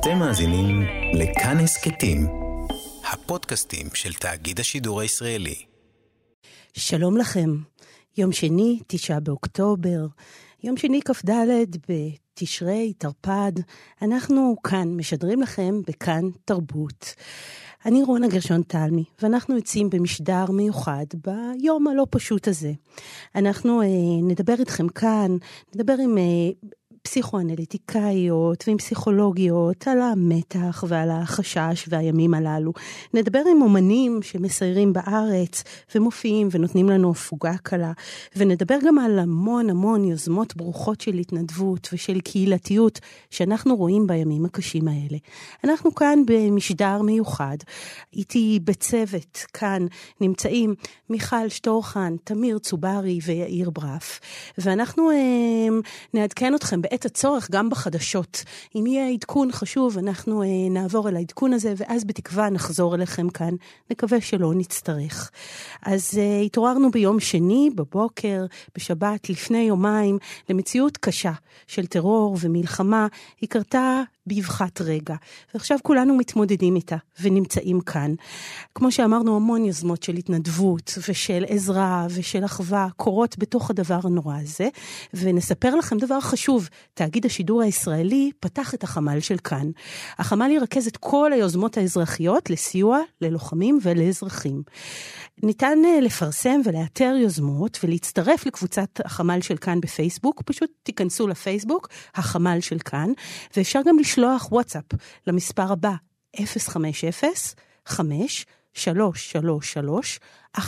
אתם מאזינים לכאן הסכתים, הפודקאסטים של תאגיד השידור הישראלי. שלום לכם, יום שני, 9 באוקטובר, יום שני כ"ד בתשרי, תרפ"ד, אנחנו כאן משדרים לכם בכאן תרבות. אני רונה גרשון תלמי, ואנחנו יוצאים במשדר מיוחד ביום הלא פשוט הזה. אנחנו נדבר איתכם כאן, נדבר עם פסיכואנליטיקאיות ועם פסיכולוגיות על המתח ועל החשש והימים הללו. נדבר עם אומנים שמסיירים בארץ ומופיעים ונותנים לנו הפוגה קלה, ונדבר גם על המון יוזמות ברוכות של התנדבות ושל קהילתיות שאנחנו רואים בימים הקשים האלה. אנחנו כאן במשדר מיוחד, איתי בצוות כאן נמצאים מיכל שטורחן, תמיר צוברי ויאיר ברף, ואנחנו נעדכן אתכם בעת הצורך גם בחדשות. אם יהיה עדכון חשוב, אנחנו נעבור אל העדכון הזה, ואז בתקווה נחזור אליכם כאן. נקווה שלא נצטרך. אז התעוררנו ביום שני בבוקר, בשבת לפני יומיים, למציאות קשה של טרור ומלחמה. היא קרתה באבחת רגע, ועכשיו כולנו מתמודדים איתה ונמצאים כאן. כמו שאמרנו, המון יוזמות של התנדבות ושל עזרה ושל אחווה קורות בתוך הדבר הנורא הזה, ונספר לכם דבר חשוב. תאגיד השידור הישראלי פתח את החמ"ל של כאן. החמ"ל ירכז את כל היוזמות האזרחיות לסיוע ללוחמים ולאזרחים. ניתן לפרסם ולאתר יוזמות ולהצטרף לקבוצת החמ"ל של כאן בפייסבוק. פשוט תיכנסו לפייסבוק, החמ"ל של כאן, ואפשר גם לשלוח וואטסאפ למספר הבא 050-5333173.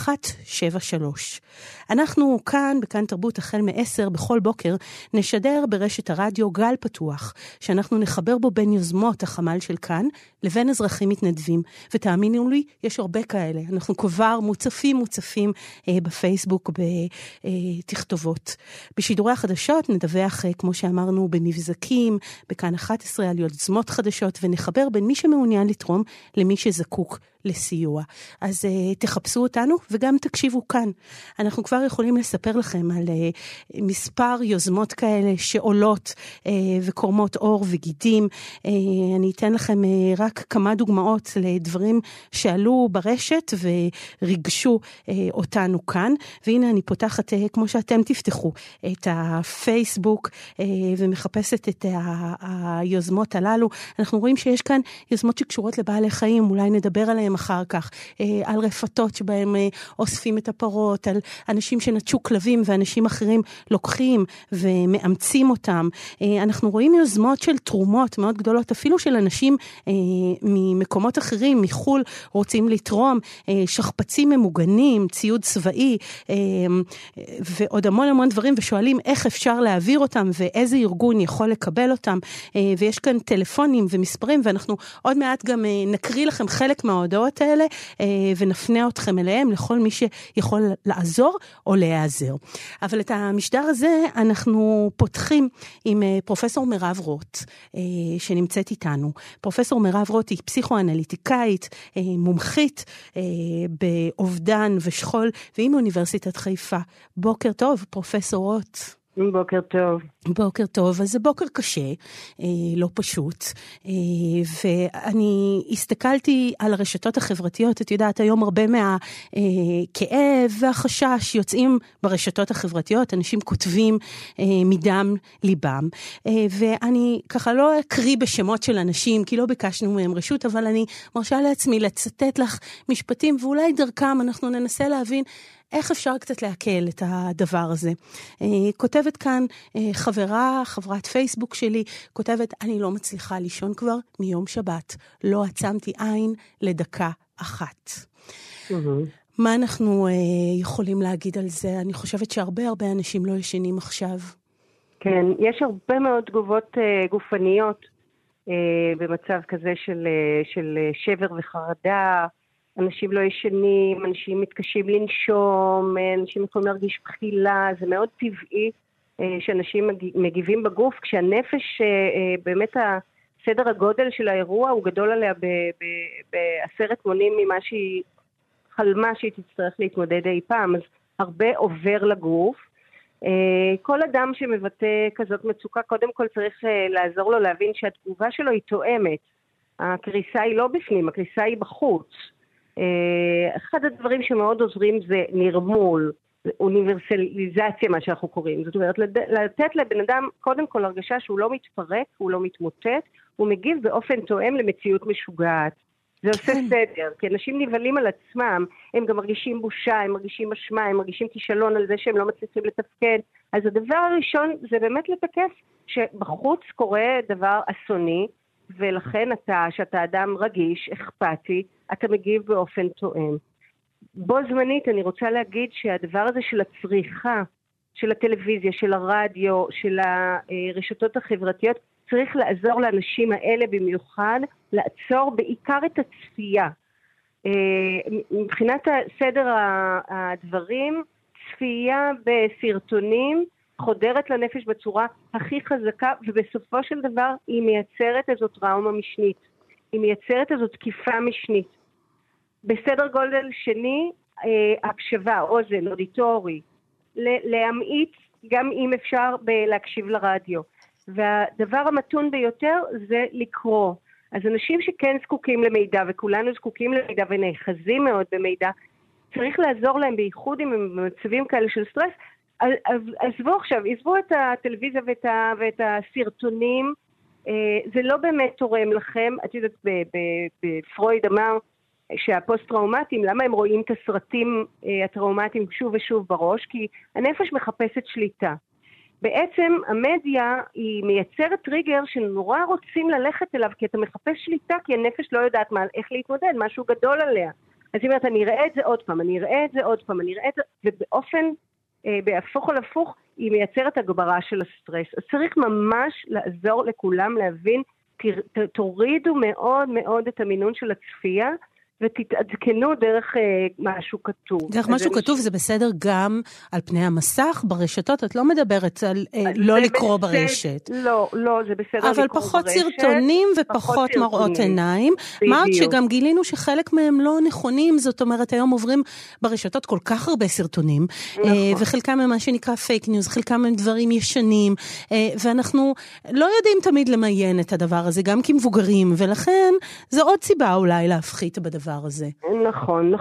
אנחנו כאן בכאן תרבות החל מ-10 בכל בוקר נשדר ברשת הרדיו גל פתוח, שאנחנו נחבר בו בין יוזמות החמ"ל של כאן לבין אזרחים מתנדבים, ותאמינו לי, יש הרבה כאלה. אנחנו כבר מוצפים בפייסבוק בתכתובות. בשידורי החדשות נדווח, כמו שאמרנו, במבזקים, בכאן 11 על יוזמות חדשות, ונחבר בין מי שמעוניין לתרום למי שזקוק לסיוע. אז תחפשו אותנו וגם תקשיבו כאן. אנחנו כבר יכולים לספר לכם על מספר יוזמות כאלה שעולות וקורמות אור וגידים. אני אתן לכם רק כמה דוגמאות לדברים שעלו ברשת ורגשו אותנו כאן. והנה אני פותחת, כמו שאתם תפתחו, את הפייסבוק ומחפשת את היוזמות הללו. אנחנו רואים שיש כאן יוזמות שקשורות לבעלי חיים, אולי נדבר עליהם אחר כך, על רפתות שבהם אוספים את הפרות, על אנשים שנטשו כלבים ואנשים אחרים לוקחים ומאמצים אותם. אנחנו רואים יוזמות של תרומות מאוד גדולות, אפילו של אנשים ממקומות אחרים, מחול, רוצים לתרום, שכפצים ממוגנים, ציוד צבאי, ועוד המון דברים, ושואלים איך אפשר להעביר אותם, ואיזה ארגון יכול לקבל אותם, ויש כאן טלפונים ומספרים, ואנחנו עוד מעט גם נקריא לכם חלק מההודעות האלה, ונפנה אתכם אליהם, לכל מי שיכול לעזור או להיעזר. אבל את המשדר הזה אנחנו פותחים עם פרופסור מירב רוט, שנמצאת איתנו. פרופסור מירב רוט היא פסיכואנליטיקאית, מומחית באובדן ושכול, והיא מאוניברסיטת חיפה. בוקר טוב, פרופסור רוט. בוקר טוב. בוקר טוב, אז זה בוקר קשה, לא פשוט, ואני הסתכלתי על הרשתות החברתיות, את יודעת, היום הרבה מהכאב והחשש יוצאים ברשתות החברתיות, אנשים כותבים מדם ליבם, ואני ככה לא אקריא בשמות של אנשים, כי לא ביקשנו מהם רשות, אבל אני מרשה לעצמי לצטט לך משפטים, ואולי דרכם אנחנו ננסה להבין איך אפשר קצת להקל את הדבר הזה. כותבת כאן חברת פייסבוק שלי, כותבת, אני לא מצליחה לישון כבר מיום שבת. לא עצמתי עין לדקה אחת. מה אנחנו יכולים להגיד על זה? אני חושבת שהרבה אנשים לא ישנים עכשיו. כן, יש הרבה מאוד תגובות גופניות במצב כזה של שבר וחרדה, אנשים לא ישנים, אנשים מתקשים לנשום, אנשים יכולים להרגיש בחילה, זה מאוד טבעי שאנשים מגיבים בגוף, כשהנפש, באמת הסדר הגודל של האירוע הוא גדול עליה ב10 מונים ממה שהיא חלמה שהיא תצטרך להתמודד אי פעם, אז הרבה עובר לגוף. כל אדם שמבטא כזאת מצוקה, קודם כל צריך לעזור לו להבין שהתגובה שלו היא תואמת. הקריסה היא לא בפנים, הקריסה היא בחוץ. אחד הדברים שמאוד עוזרים זה נרמול, אוניברסליזציה, מה שאנחנו קוראים. זאת אומרת, לתת לבן אדם קודם כל הרגשה שהוא לא מתפרק, הוא לא מתמוטט, הוא מגיב באופן תואם למציאות משוגעת. זה עושה סדר, כי אנשים נבלים על עצמם, הם גם מרגישים בושה, הם מרגישים אשמה, הם מרגישים כישלון על זה שהם לא מצליחים לתפקד. אז הדבר הראשון זה באמת לתקף שבחוץ קורה דבר אסוני, ולכן שאתה אדם רגיש, אכפתי, אתה מגיב באופן תואם. בו זמנית אני רוצה להגיד שהדבר הזה של הצריכה, של הטלוויזיה, של הרדיו, של הרשתות החברתיות, צריך לעזור לאנשים האלה במיוחד, לעצור בעיקר את הצפייה. מבחינת סדר הדברים, צפייה בסרטונים חודרת לנפש בצורה הכי חזקה, ובסופו של דבר היא מייצרת איזו טראומה משנית. היא מייצרת איזו תקיפה משנית. בסדר גודל שני, הקשבה, אוזן, אודיטורי, להמעיט גם אם אפשר להקשיב לרדיו. והדבר המתון ביותר זה לקרוא. אז אנשים שכן זקוקים למידע, וכולנו זקוקים למידע ונאחזים מאוד במידע, צריך לעזור להם בייחוד אם הם במצבים כאלה של סטרס. עזבו עכשיו, עזבו את הטלוויזיה ואת הסרטונים, זה לא באמת תורם לכם. את יודעת, בפרויד אמר שהפוסט-טראומטיים, למה הם רואים את הסרטים הטראומטיים שוב ושוב בראש? כי הנפש מחפשת שליטה. בעצם המדיה היא מייצרת טריגר שנורא רוצים ללכת אליו, כי אתה מחפש שליטה, כי הנפש לא יודעת איך להתמודד, משהו גדול עליה. אז היא אומרת, אני אראה את זה עוד פעם, אני אראה את זה עוד פעם, אני אראה את זה, ובאופן, בהפוך על הפוך, היא מייצרת הגברה של הסטרס. אז צריך ממש לעזור לכולם להבין, תורידו מאוד מאוד את המינון של הצפייה, ותתעדכנו דרך משהו כתוב. דרך משהו כתוב זה בסדר גם על פני המסך, ברשתות, את לא מדברת על לא לקרוא ברשת. לא, זה בסדר לקרוא ברשת. אבל פחות סרטונים ופחות מראות עיניים. מה עוד שגם גילינו שחלק מהם לא נכונים, זאת אומרת היום עוברים ברשתות כל כך הרבה סרטונים, וחלקם הם מה שנקרא פייק ניוז, חלקם הם דברים ישנים, ואנחנו לא יודעים תמיד למיין את הדבר הזה, גם כמבוגרים, ולכן זה עוד סיבה אולי להפחית בדבר הזה. נכון.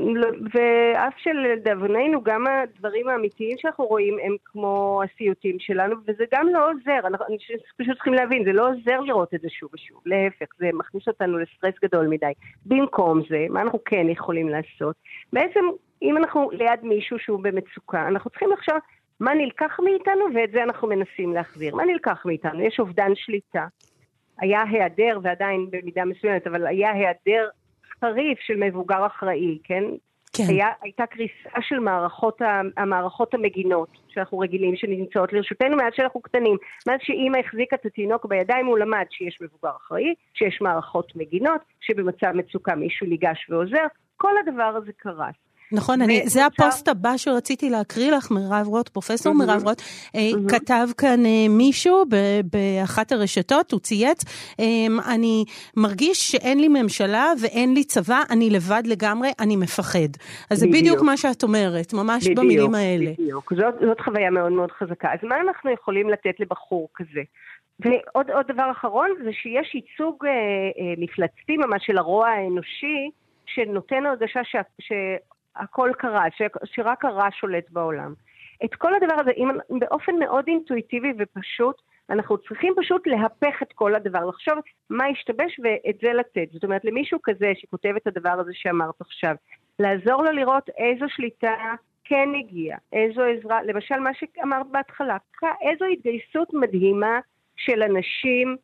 ואף שלדאבוננו גם הדברים האמיתיים שאנחנו רואים הם כמו הסיוטים שלנו, וזה גם לא עוזר. אנחנו פשוט צריכים להבין, זה לא עוזר לראות את זה שוב ושוב. להפך, זה מכניס אותנו לסטרס גדול מדי. במקום זה, מה אנחנו כן יכולים לעשות? בעצם, אם אנחנו ליד מישהו שהוא במצוקה, אנחנו צריכים לחשוב מה נלקח מאיתנו, ואת זה אנחנו מנסים להחזיר. מה נלקח מאיתנו? יש אובדן שליטה. היה היעדר, ועדיין במידה מסוימת, אבל היה היעדר חריף של מבוגר אחראי, כן? הייתה קריסה של המערכות המגינות, שאנחנו רגילים שנמצאות לרשותנו מאז שאנחנו קטנים. מאז שאמא החזיקה את התינוק בידיים, הוא למד שיש מבוגר אחראי, שיש מערכות מגינות, שבמצב מצוקה מישהו ניגש ועוזר. כל הדבר הזה קרס. נכון, זה הפוסט הבא שרציתי להקריא לך, מירב רוט, פרופסור מירב רוט, כתב כאן מישהו באחת הרשתות, הוא צייץ, אני מרגיש שאין לי ממשלה ואין לי צבא, אני לבד לגמרי, אני מפחד. אז זה בדיוק מה שאת אומרת, ממש במילים האלה. בדיוק, זאת חוויה מאוד מאוד חזקה. אז מה אנחנו יכולים לתת לבחור כזה? ועוד דבר אחרון, זה שיש ייצוג מפלצתי ממש של הרוע האנושי, שנותן הרגשה הכל קרה, שרק הרע שולט בעולם. את כל הדבר הזה, באופן מאוד אינטואיטיבי ופשוט, אנחנו צריכים פשוט להפך את כל הדבר, לחשוב מה ישתבש ואת זה לתת. זאת אומרת, למישהו כזה שכותב את הדבר הזה שאמרת עכשיו, לעזור לו לראות איזו שליטה כן הגיעה, איזו עזרה, למשל מה שאמרת בהתחלה, איזו התגייסות מדהימה של אנשים,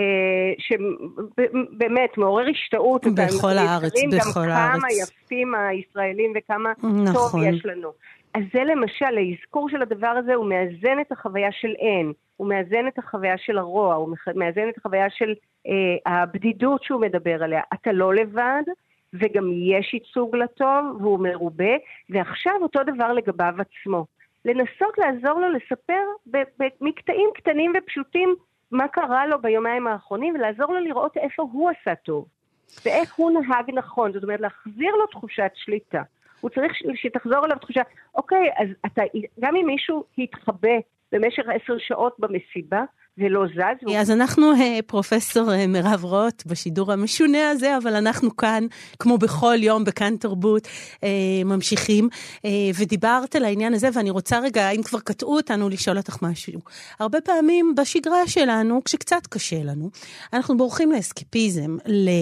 שבאמת מעורר השתאות בכל הארץ, בכל הארץ. גם כמה יפים הישראלים וכמה טוב יש לנו. אז זה למשל, האזכור של הדבר הזה הוא מאזן את החוויה של אין, הוא מאזן את החוויה של הרוע, הוא מאזן את החוויה של הבדידות שהוא מדבר עליה. אתה לא לבד, וגם יש ייצוג לטוב, והוא מרובה, ועכשיו אותו דבר לגביו עצמו. לנסות לעזור לו לספר במקטעים קטנים ופשוטים, מה קרה לו ביומיים האחרונים, ולעזור לו לראות איפה הוא עשה טוב, ואיך הוא נהג נכון, זאת אומרת, להחזיר לו תחושת שליטה. הוא צריך שתחזור אליו תחושה, אוקיי, אז גם אם מישהו התחבא במשך 10 שעות במסיבה, ולא זז. אז אנחנו פרופסור מירב רוט בשידור המשונה הזה, אבל אנחנו כאן, כמו בכל יום בכאן תרבות, ממשיכים, ודיברת על העניין הזה, ואני רוצה רגע, אם כבר קטעו אותנו, לשאול אותך משהו. הרבה פעמים בשגרה שלנו, כשקצת קשה לנו, אנחנו בורחים לאסקפיזם,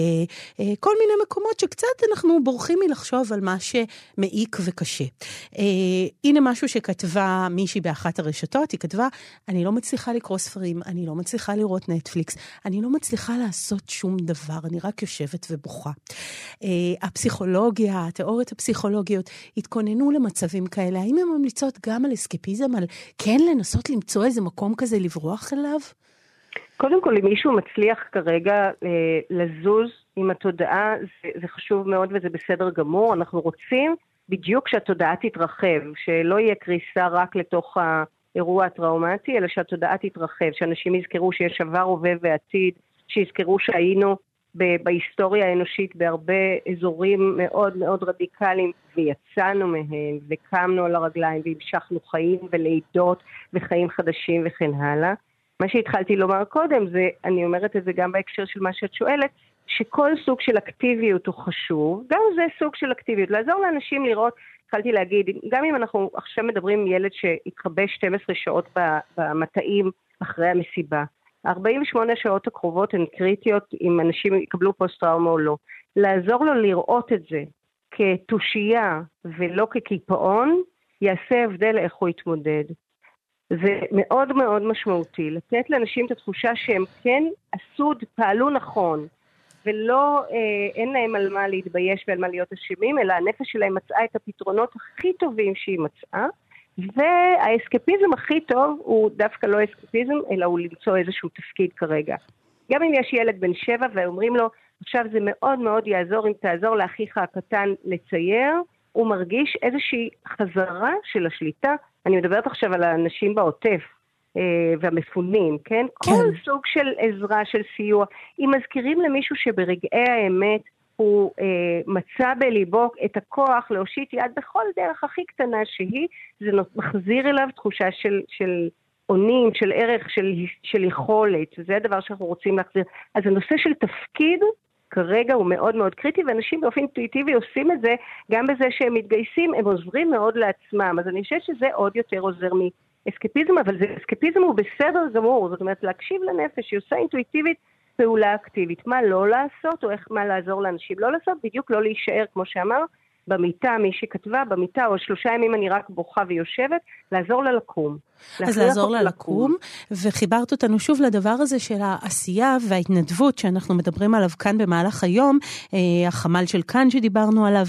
לכל מיני מקומות שקצת אנחנו בורחים מלחשוב על מה שמעיק וקשה. הנה משהו שכתבה מישהי באחת הרשתות, היא כתבה, אני לא מצליחה לקרוא ספרים, אני לא מצליחה לראות נטפליקס, אני לא מצליחה לעשות שום דבר, אני רק יושבת ובוכה. הפסיכולוגיה, התיאוריות הפסיכולוגיות, התכוננו למצבים כאלה, האם הן ממליצות גם על אסקפיזם, על כן לנסות למצוא איזה מקום כזה לברוח אליו? קודם כל, אם מישהו מצליח כרגע לזוז עם התודעה, זה חשוב מאוד וזה בסדר גמור, אנחנו רוצים בדיוק שהתודעה תתרחב, שלא יהיה קריסה רק לתוך האירוע הטראומטי, אלא שהתודעה תתרחב, שאנשים יזכרו שיש עבר, הווה ועתיד, שיזכרו שהיינו בהיסטוריה האנושית בהרבה אזורים מאוד מאוד רדיקליים, ויצאנו מהם, וקמנו על הרגליים, והמשכנו חיים ולידות וחיים חדשים וכן הלאה. מה שהתחלתי לומר קודם, אני אומרת את זה גם בהקשר של מה שאת שואלת, שכל סוג של אקטיביות הוא חשוב, גם זה סוג של אקטיביות, לעזור לאנשים לראות, התחלתי להגיד, גם אם אנחנו עכשיו מדברים עם ילד שהתחבש 12 שעות במטעים אחרי המסיבה, 48 שעות הקרובות הן קריטיות אם אנשים יקבלו פוסט-טראומה או לא, לעזור לו לראות את זה כתושייה ולא כקיפאון, יעשה הבדל איך הוא יתמודד. זה מאוד מאוד משמעותי, לתת לאנשים את התחושה שהם כן עשו, פעלו נכון, ולא, אין להם על מה להתבייש ועל מה להיות אשמים, אלא הנפש שלהם מצאה את הפתרונות הכי טובים שהיא מצאה, והאסקפיזם הכי טוב הוא דווקא לא אסקפיזם, אלא הוא למצוא איזשהו תפקיד כרגע. גם אם יש ילד בן 7 ואומרים לו, עכשיו זה מאוד מאוד יעזור אם תעזור לאחיך הקטן לצייר, הוא מרגיש איזושהי חזרה של השליטה. אני מדברת עכשיו על האנשים בעוטף והמפונים, כן? כן. כל סוג של עזרה, של סיוע. אם מזכירים למישהו שברגעי האמת הוא מצא בליבו את הכוח להושיט יד בכל דרך הכי קטנה שהיא, זה מחזיר אליו תחושה של עונים, של ערך, של יכולת. זה הדבר שאנחנו רוצים להחזיר. אז הנושא של תפקיד כרגע הוא מאוד מאוד קריטי, ואנשים באופן אינטואיטיבי עושים את זה, גם בזה שהם מתגייסים, הם עוזרים מאוד לעצמם. אז אני חושבת שזה עוד יותר עוזר מאסקפיזם, אבל אסקפיזם הוא בסדר גמור, זאת אומרת להקשיב לנפש, שהיא עושה אינטואיטיבית פעולה אקטיבית. מה לא לעשות, או מה לעזור לאנשים לא לעשות, בדיוק לא להישאר, כמו שאמר, במיטה, מי שכתבה, במיטה, או 3 ימים אני רק בוכה ויושבת, לעזור לה לקום. אז לעזור לה לקום, וחיברת אותנו שוב לדבר הזה של העשייה וההתנדבות שאנחנו מדברים עליו כאן במהלך היום, החמ"ל של כאן שדיברנו עליו,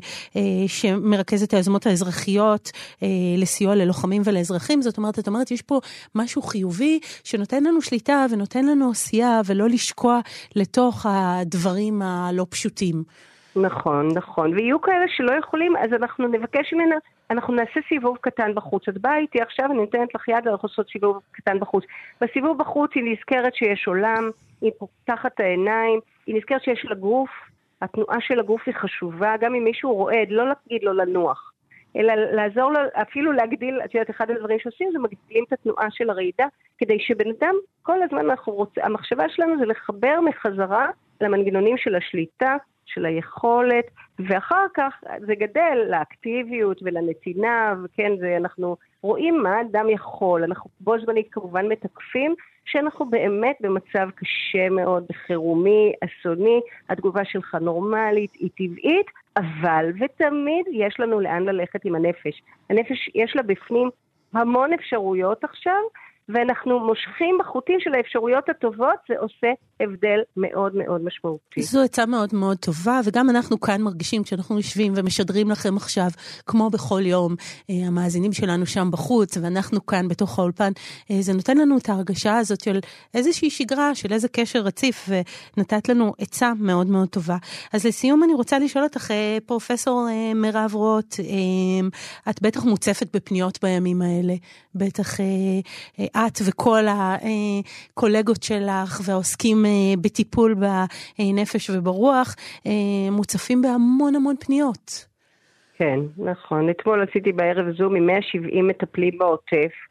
שמרכז את היוזמות האזרחיות לסיוע ללוחמים ולאזרחים, זאת אומרת, את אומרת, יש פה משהו חיובי שנותן לנו שליטה ונותן לנו עשייה, ולא לשקוע לתוך הדברים הלא פשוטים. נכון, נכון. ויהיו כאלה שלא יכולים, אז אנחנו נבקש ממנה, אנחנו נעשה סיבוב קטן בחוץ. את באה איתי עכשיו, אני נותנת לך יד, אנחנו עושות סיבוב קטן בחוץ. בסיבוב בחוץ היא נזכרת שיש עולם, היא פותחת העיניים, היא נזכרת שיש לה גוף, התנועה של הגוף היא חשובה, גם אם מישהו רועד, לא להגיד לו לנוח, אלא לעזור לו, אפילו להגדיל, את יודעת, אחד הדברים שעושים זה מגדילים את התנועה של הרעידה, כדי שבן אדם, כל הזמן המחשבה שלנו זה לחבר מחזרה למנגנונים של השליטה, של היכולת, ואחר כך זה גדל לאקטיביות ולנתינה, וכן, אנחנו רואים מה אדם יכול, אנחנו בו זמנית כמובן מתקפים, שאנחנו באמת במצב קשה מאוד, חירומי, אסוני, התגובה שלך נורמלית, היא טבעית, אבל ותמיד יש לנו לאן ללכת עם הנפש. הנפש יש לה בפנים המון אפשרויות עכשיו, ואנחנו מושכים בחוטים של האפשרויות הטובות, זה עושה הבדל מאוד מאוד משמעותי. זו עצה מאוד מאוד טובה, וגם אנחנו כאן מרגישים, כשאנחנו יושבים ומשדרים לכם עכשיו, כמו בכל יום, המאזינים שלנו שם בחוץ, ואנחנו כאן בתוך האולפן, זה נותן לנו את ההרגשה הזאת של איזושהי שגרה, של איזה קשר רציף, ונתת לנו עצה מאוד מאוד טובה. אז לסיום אני רוצה לשאול אותך, פרופסור מירב רוט, את בטח מוצפת בפניות בימים האלה, בטח את וכל הקולגות שלך והעוסקים בטיפול בנפש וברוח, מוצפים בהמון המון פניות. כן, נכון. אתמול עשיתי בערב זום עם 170 מטפלים בעוטף,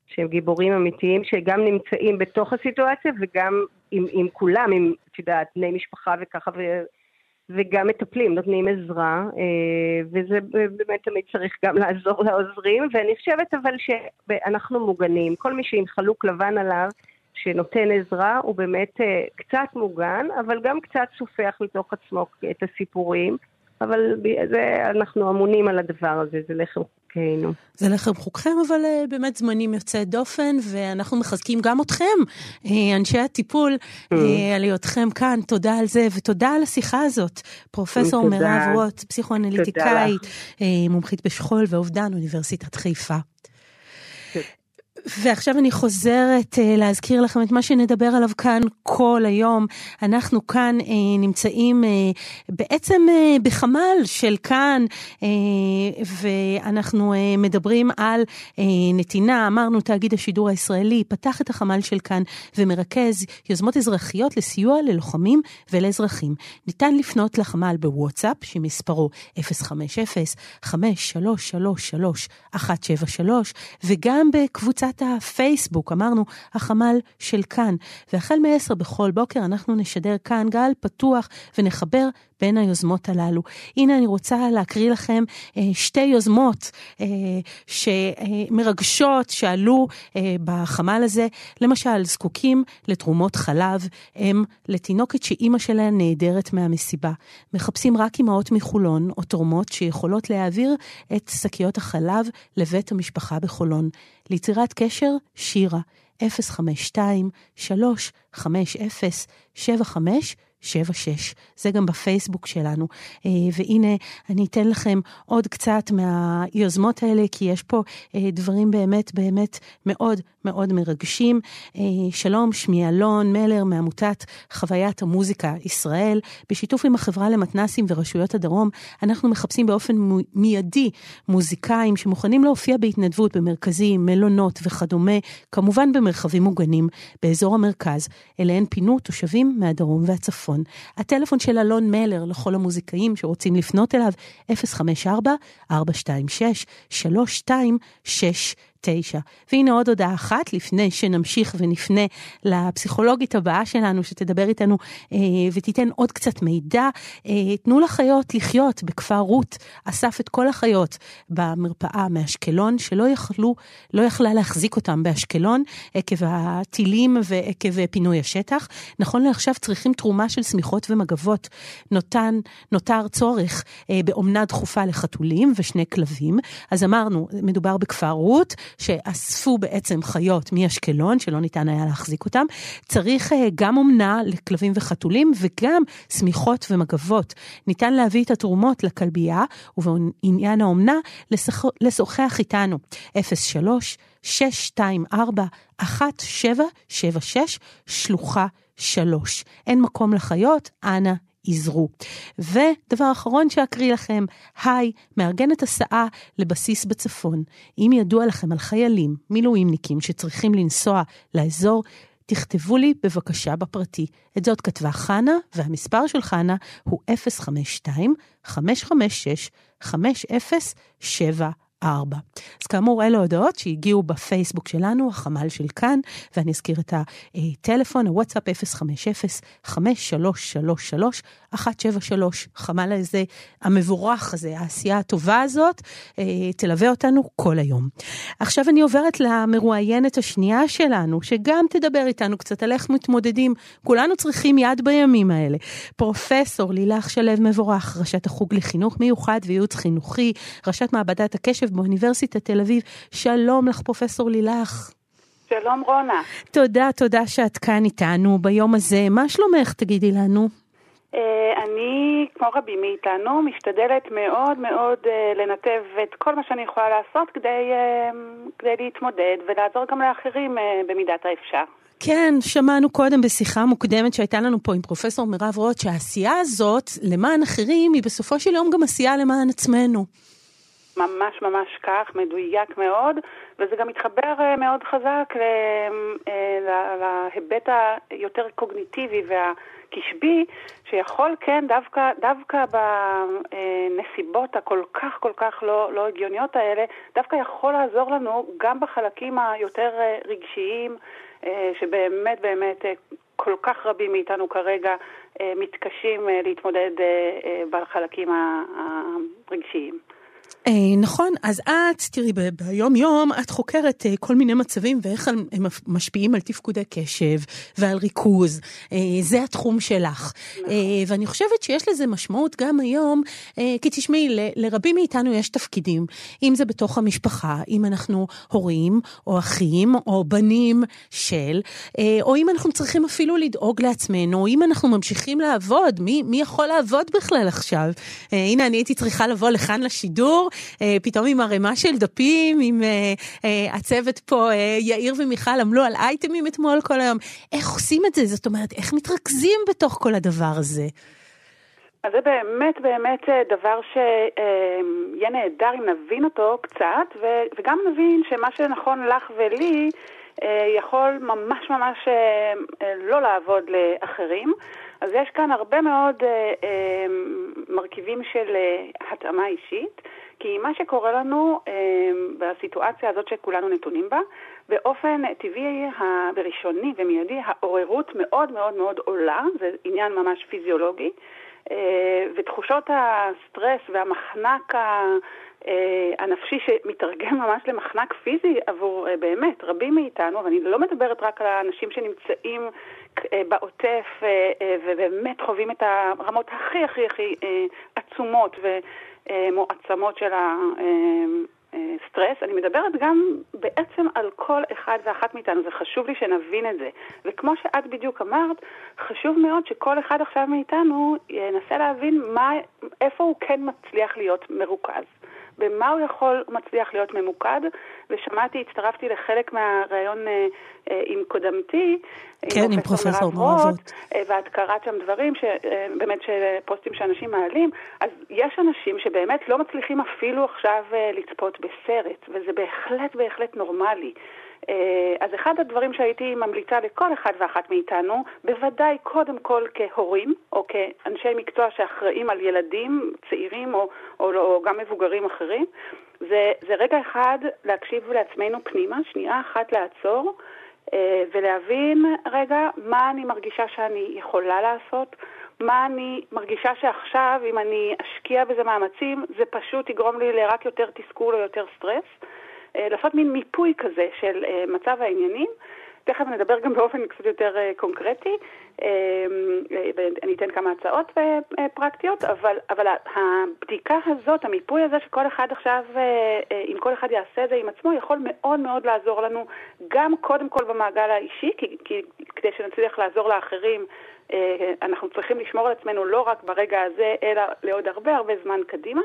שהם גיבורים אמיתיים, שגם נמצאים בתוך הסיטואציה, וגם עם כולם, עם, תדעת, בני משפחה וככה, וגם מטפלים, נותנים עזרה, וזה באמת תמיד צריך גם לעזור לעוזרים, ואני חושבת אבל שאנחנו מוגנים, כל מי שעם חלוק לבן עליו, שנותן עזרה, הוא באמת קצת מוגן, אבל גם קצת סופח לתוך עצמו את הסיפורים, אבל אנחנו אמונים על הדבר הזה, זה לחם חוקנו. זה לחם חוקכם, אבל באמת זמנים יוצא דופן, ואנחנו מחזקים גם אתכם, אנשי הטיפול, על היותכם כאן. תודה על זה, ותודה על השיחה הזאת. פרופסור מירב רוט, פסיכואנליטיקאית, מומחית בשכול ואובדן, אוניברסיטת חיפה. ועכשיו אני חוזרת להזכיר לכם את מה שנדבר עליו כאן כל היום. אנחנו כאן נמצאים בעצם בחמ"ל של כאן, ואנחנו מדברים על נתינה. אמרנו, תאגיד השידור הישראלי פתח את החמ"ל של כאן ומרכז יוזמות אזרחיות לסיוע ללוחמים ולאזרחים. ניתן לפנות לחמ"ל בוואטסאפ שמספרו 050-5333-173, וגם בקבוצת הפייסבוק, אמרנו, החמ"ל של כאן. והחל מ-10 בכל בוקר אנחנו נשדר כאן גל פתוח ונחבר בין היוזמות הללו. הנה אני רוצה להקריא לכם שתי יוזמות שמרגשות שעלו בחמ"ל הזה. למשל, זקוקים לתרומות חלב, הם לתינוקת שאימא שלה נהדרת מהמסיבה. מחפשים רק אמהות מחולון או תורמות שיכולות להעביר את שקיות החלב לבית המשפחה בחולון. ליצירת קשר, שירה 052-350-7576. זה גם בפייסבוק שלנו. והנה אני אתן לכם עוד קצת מהיוזמות האלה, כי יש פה דברים באמת באמת מאוד מאוד מרגשים. שלום, שמי אלון מלר מעמותת חוויית המוזיקה ישראל. בשיתוף עם החברה למתנסים ורשויות הדרום, אנחנו מחפשים באופן מיידי מוזיקאים שמוכנים להופיע בהתנדבות במרכזים, מלונות וכדומה, כמובן במרחבים מוגנים באזור המרכז, אליהן פינו תושבים מהדרום והצפון. הטלפון של אלון מלר לכל המוזיקאים שרוצים לפנות אליו, 054-426-3269. והנה עוד הודעה אחת לפני שנמשיך ונפנה לפסיכולוגית הבאה שלנו שתדבר איתנו ותיתן עוד קצת מידע. תנו לחיות לחיות בכפר רות. אסף את כל החיות במרפאה מאשקלון שלא יכלה להחזיק אותם באשקלון עקב הטילים ועקב פינוי השטח. נכון לעכשיו צריכים תרומה של סמיכות ומגבות. נותר צורך באומנה דחופה לחתולים ושני כלבים. אז אמרנו, מדובר בכפר רות שאספו בעצם חיות מאשקלון, שלא ניתן היה להחזיק אותם. צריך גם אומנה לכלבים וחתולים, וגם סמיכות ומגבות. ניתן להביא את התרומות לכלבייה, ובעניין האומנה, לשוחח איתנו. 03-624-1776, שלוחה 3. אין מקום לחיות, אנא יזרו. ודבר אחרון שאקריא לכם, היי, מארגנת הסעה לבסיס בצפון. אם ידוע לכם על חיילים, מילואימניקים שצריכים לנסוע לאזור, תכתבו לי בבקשה בפרטי. את זאת כתבה חנה, והמספר של חנה הוא 052-556-5074. אז כאמור, אלה הודעות שהגיעו בפייסבוק שלנו, החמ"ל של כאן, ואני אזכיר את הטלפון, הוואטסאפ 050-5333-173, חמ"ל הזה, המבורך הזה, העשייה הטובה הזאת, תלווה אותנו כל היום. עכשיו אני עוברת למרואיינת השנייה שלנו, שגם תדבר איתנו קצת על איך מתמודדים, כולנו צריכים יד בימים האלה. פרופסור לילך שלו מבורך, ראשת החוג לחינוך מיוחד וייעוץ חינוכי, ראשת מעבדת הקשב באוניברסיטת תל אביב. שלום לך פרופסור לילך. שלום רונה. תודה שאת כאן איתנו ביום הזה. מה שלומך, תגידי לנו? אני, כמו רבים מאיתנו, משתדלת מאוד מאוד לנתב את כל מה שאני יכולה לעשות כדי להתמודד ולעזור גם לאחרים במידת האפשר. כן, שמענו קודם בשיחה מוקדמת שהייתה לנו פה עם פרופסור מירב רוט, שהעשייה הזאת למען אחרים היא בסופו של יום גם עשייה למען עצמנו. ממש ממש כך, מדויק מאוד, וזה גם מתחבר מאוד חזק להיבט היותר קוגניטיבי קשבי, שיכול כן דווקא בנסיבות הכל כך לא הגיוניות האלה, דווקא יכול לעזור לנו גם בחלקים היותר רגשיים, שבאמת כל כך רבים מאיתנו כרגע מתקשים להתמודד בחלקים הרגשיים. נכון, אז תראי, ביום יום את חוקרת כל מיני מצבים ואיך הם משפיעים על תפקודי קשב ועל ריכוז, זה התחום שלך. ואני חושבת שיש לזה משמעות גם היום, כי תשמעי, לרבים מאיתנו יש תפקידים, אם זה בתוך המשפחה, אם אנחנו הורים או אחים או בנים של, או אם אנחנו צריכים אפילו לדאוג לעצמנו, או אם אנחנו ממשיכים לעבוד, מי יכול לעבוד בכלל עכשיו? הנה, אני הייתי צריכה לבוא לכאן לשידור, פתאום עם הרמה של דפים, עם הצוות פה, יאיר ומיכל עמלו על אייטמים אתמול כל היום. איך עושים את זה? זאת אומרת, איך מתרכזים בתוך כל הדבר הזה? אז זה באמת דבר שיהיה נהדר אם נבין אותו קצת, וגם נבין שמה שנכון לך ולי יכול ממש לא לעבוד לאחרים. אז יש כאן הרבה מאוד מרכיבים של התאמה אישית, כי מה שקורה לנו בסיטואציה הזאת שכולנו נתונים בה, באופן טבעי בראשוני ומיידי, העוררות מאוד עולה, זה עניין ממש פיזיולוגי, ותחושות הסטרס והמחנק הנפשי שמתרגם ממש למחנק פיזי עבור באמת רבים מאיתנו, ואני לא מדברת רק על האנשים שנמצאים בעוטף ובאמת חווים את הרמות הכי עצומות ומועצמות של הסטרס, אני מדברת גם בעצם על כל אחד ואחת מאיתנו, זה חשוב לי שנבין את זה. וכמו שאת בדיוק אמרת, חשוב מאוד שכל אחד עכשיו מאיתנו ינסה להבין איפה הוא כן מצליח להיות מרוכז. במה הוא מצליח להיות ממוקד, הצטרפתי לחלק מהרעיון עם קודמתי, כן, עם פרופסור מואבות, ואת קראת שם דברים באמת פוסטים שאנשים מעלים, אז יש אנשים שבאמת לא מצליחים אפילו עכשיו לצפות בסרט, וזה בהחלט נורמלי. אז אחד הדברים שהייתי ממליצה לכל אחד ואחת מאיתנו, בוודאי קודם כל כהורים או כאנשי מקצוע שאחראים על ילדים צעירים או גם מבוגרים אחרים, זה רגע אחד להקשיב לעצמנו פנימה, שנייה אחת לעצור ולהבין רגע מה אני מרגישה שאני יכולה לעשות, מה אני מרגישה שעכשיו אם אני אשקיע בזה מאמצים זה פשוט יגרום לי לרק יותר תסכול או יותר סטרס. לעשות מין מיפוי כזה של מצב העניינים. תכף נדבר גם באופן קצת יותר קונקרטי, אני אתן כמה הצעות פרקטיות, אבל הבדיקה הזאת, המיפוי הזה שכל אחד עכשיו, אם כל אחד יעשה את זה עם עצמו, יכול מאוד לעזור לנו, גם קודם כל במעגל האישי, כי כדי שנצליח לעזור לאחרים, אנחנו צריכים לשמור על עצמנו לא רק ברגע הזה, אלא לעוד הרבה זמן קדימה.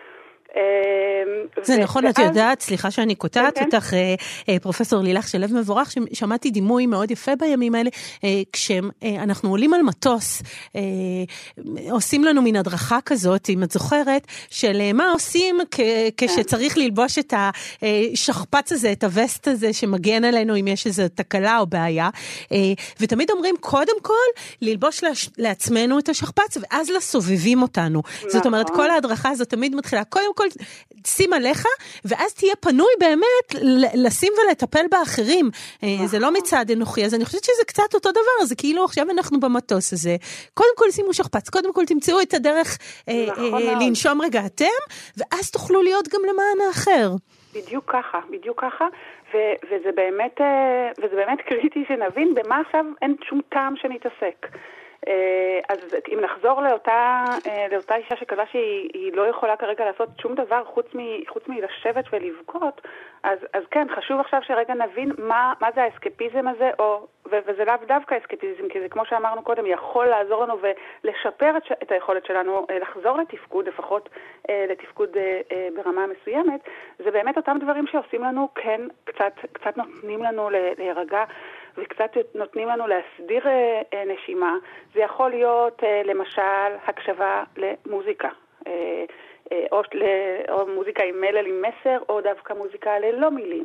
זה נכון, את יודעת, סליחה שאני קוטעת אותך, פרופסור לילך שלו מבורך, שמעתי דימוי מאוד יפה בימים האלה, כשאנחנו עולים על מטוס, עושים לנו מן הדרכה כזאת, אם את זוכרת, של מה עושים כשצריך ללבוש את השכפץ הזה, את הווסט הזה, שמגן עלינו אם יש איזו תקלה או בעיה, ותמיד אומרים, קודם כל, ללבוש לעצמנו את השכפץ, ואז לסובבים אותנו. זאת אומרת, כל ההדרכה הזאת תמיד מתחילה, קודם כל שים עליך, ואז תהיה פנוי באמת לשים ולטפל באחרים. זה לא מצד אנוכי, אז אני חושבת שזה קצת אותו דבר, זה כאילו עכשיו אנחנו במטוס הזה. קודם כל שימו שכפץ, קודם כל תמצאו את הדרך לנשום רגע אתם, ואז תוכלו להיות גם למען האחר. בדיוק ככה, וזה באמת קריטי שנבין במה עכשיו אין שום טעם שנתעסק. אז אם נחזור לאותה אישה שקלה שהיא לא יכולה כרגע לעשות שום דבר חוץ מלשבת ולבכות, אז כן, חשוב עכשיו שרגע נבין מה זה האסקפיזם הזה, וזה לאו דווקא אסקפיזם, כי זה כמו שאמרנו קודם, יכול לעזור לנו ולשפר את היכולת שלנו לחזור לתפקוד, לפחות לתפקוד ברמה מסוימת. זה באמת אותם דברים שעושים לנו, כן, קצת נותנים לנו להירגע, וקצת נותנים לנו להסדיר נשימה. זה יכול להיות למשל הקשבה למוזיקה, או מוזיקה עם מלל עם מסר, או דווקא מוזיקה ללא מילים.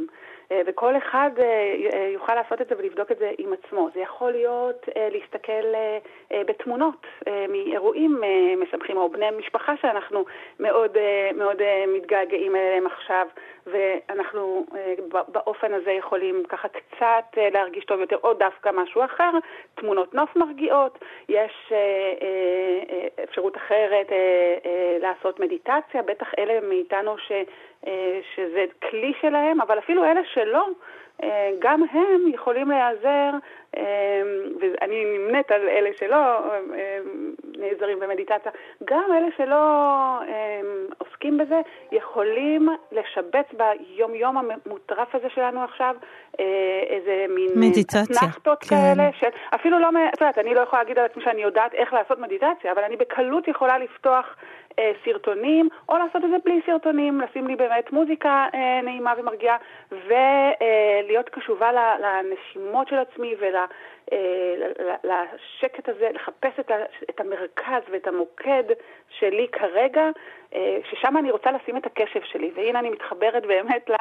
וכל אחד יוכל לעשות את זה ולבדוק את זה עם עצמו. זה יכול להיות להסתכל בתמונות מאירועים משמחים, או בני משפחה שאנחנו מאוד, מאוד מתגעגעים אליהם עכשיו, ואנחנו באופן הזה יכולים ככה קצת להרגיש טוב יותר, או דווקא משהו אחר, תמונות נוף מרגיעות. יש אפשרות אחרת לעשות מדיטציה, בטח אלה מאיתנו שזה כלי שלהם, אבל אפילו אלה שלא, גם הם יכולים להיעזר, ואני נמנית על אלה שלא נעזרים במדיטציה, גם אלה שלא עוסקים בזה, יכולים לשבץ ביום-יום המוטרף הזה שלנו עכשיו, איזה מין אתנחתות כאלה, אפילו לא, את יודעת, אני לא יכולה להגיד על עצמי שאני יודעת איך לעשות מדיטציה, אבל אני בקלות יכולה לפתוח סרטונים, או לעשות את זה בלי סרטונים, לשים לי באמת מוזיקה נעימה ומרגיעה, ולהיות קשובה לנשימות של עצמי ולשקט הזה, לחפש את המרכז ואת המוקד שלי כרגע, ששם אני רוצה לשים את הקשב שלי, והנה אני מתחברת באמת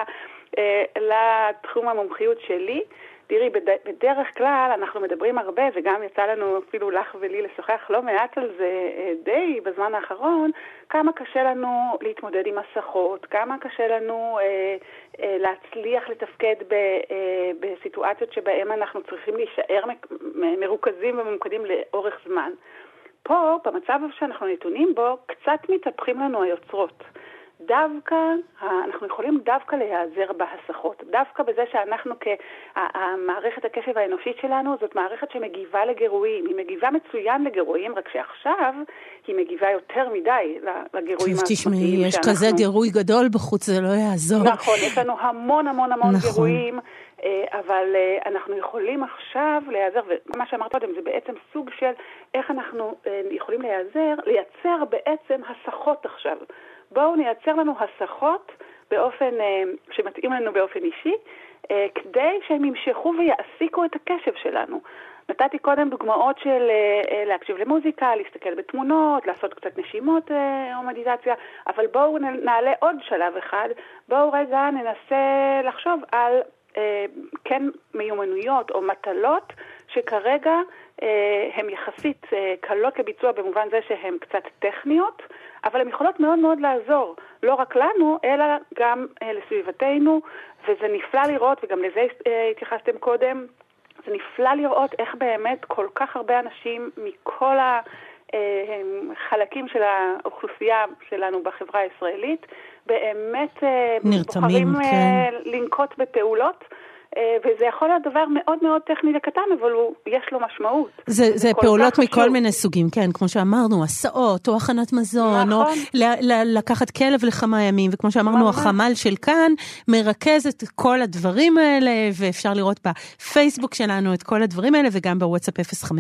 לתחום המומחיות שלי. תראי, בדרך כלל אנחנו מדברים הרבה, וגם יצא לנו אפילו לך ולי לשוחח לא מעט על זה די בזמן האחרון, כמה קשה לנו להתמודד עם הסחות, כמה קשה לנו להצליח לתפקד בסיטואציות שבהן אנחנו צריכים להישאר מרוכזים וממוקדים לאורך זמן. פה, במצב שאנחנו נתונים בו, קצת מתהפכים לנו היוצרות. דווקא, אנחנו יכולים דווקא להיעזר בהסחות, דווקא בזה שאנחנו המערכת הקשב האנושית שלנו, זאת מערכת שמגיבה לגירויים, היא מגיבה מצוין לגירויים, רק שעכשיו היא מגיבה יותר מדי לגירויים העצמתיים. תשמעי, יש כזה גירוי גדול בחוץ, זה לא יעזור. נכון, יש לנו המון המון המון גירויים, אבל אנחנו יכולים עכשיו להיעזר, ומה שאמרת קודם, זה בעצם סוג של איך אנחנו יכולים לייצר בעצם הסחות עכשיו. בואו נייצר לנו הסחות באופן שמתאים לנו באופן אישי, כדי שהם ימשכו ויעסיקו את הקשב שלנו. נתתי קודם דוגמאות של להקשיב למוזיקה, להסתכל בתמונות, לעשות קצת נשימות או מדיטציה, אבל בואו נעלה עוד שלב אחד, בואו רגע ננסה לחשוב על כן מיומנויות או מטלות שכרגע הן יחסית קלות לביצוע במובן זה שהן קצת טכניות, אבל הן יכולות מאוד מאוד לעזור, לא רק לנו, אלא גם לסביבתנו, וזה נפלא לראות, וגם לזה התייחסתם קודם, זה נפלא לראות איך באמת כל כך הרבה אנשים מכל החלקים של האוכלוסייה שלנו בחברה הישראלית, באמת בוחרים לנקוט בפעולות, וזה יכול להיות דבר מאוד מאוד טכני לקטן, אבל יש לו משמעות. זה פעולות מכל מיני סוגים, כן, כמו שאמרנו, הסעות, או הכנת מזון, או לקחת כלב לכמה ימים, וכמו שאמרנו, החמ"ל של כאן מרכז את כל הדברים האלה, ואפשר לראות בפייסבוק שלנו את כל הדברים האלה, וגם בוואטסאפ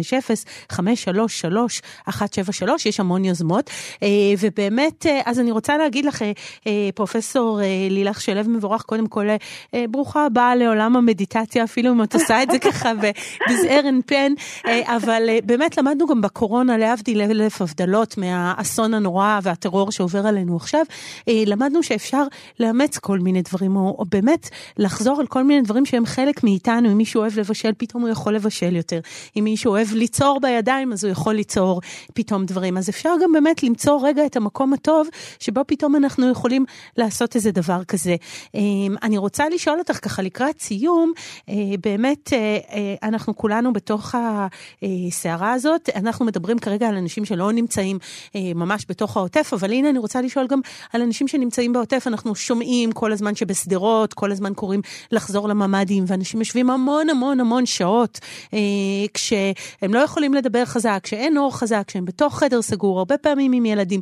050-533-173, יש המון יוזמות, ובאמת, אז אני רוצה להגיד לך, פרופסור לילך שלו מבורך, קודם כל, ברוכה הבאה לעולם המדיטציה, אפילו אם את עושה את זה ככה בזעיר אנפין, אבל באמת למדנו גם בקורונה, להבדיל אלף הבדלות מהאסון הנורא והטרור שעובר עלינו עכשיו, למדנו שאפשר לאמץ כל מיני דברים, או באמת לחזור על כל מיני דברים שהם חלק מאיתנו. אם מישהו אוהב לבשל, פתאום הוא יכול לבשל יותר. אם מישהו אוהב ליצור בידיים, אז הוא יכול ליצור פתאום דברים. אז אפשר גם באמת למצוא רגע את המקום הטוב, שבו פתאום אנחנו יכולים לעשות איזה דבר כזה. אני רוצה לשאול אותך ככה לקראת סיום, באמת אנחנו כולנו בתוך הסערה הזאת, אנחנו מדברים כרגע על אנשים שלא נמצאים ממש בתוך העוטף, אבל הנה אני רוצה לשאול גם על אנשים שנמצאים בעוטף. אנחנו שומעים כל הזמן שבסדרות, כל הזמן קוראים לחזור לממדים, ואנשים יושבים המון המון המון שעות, כשהם לא יכולים לדבר חזק, כשאין אור חזק, כשהם בתוך חדר סגור, הרבה פעמים עם ילדים.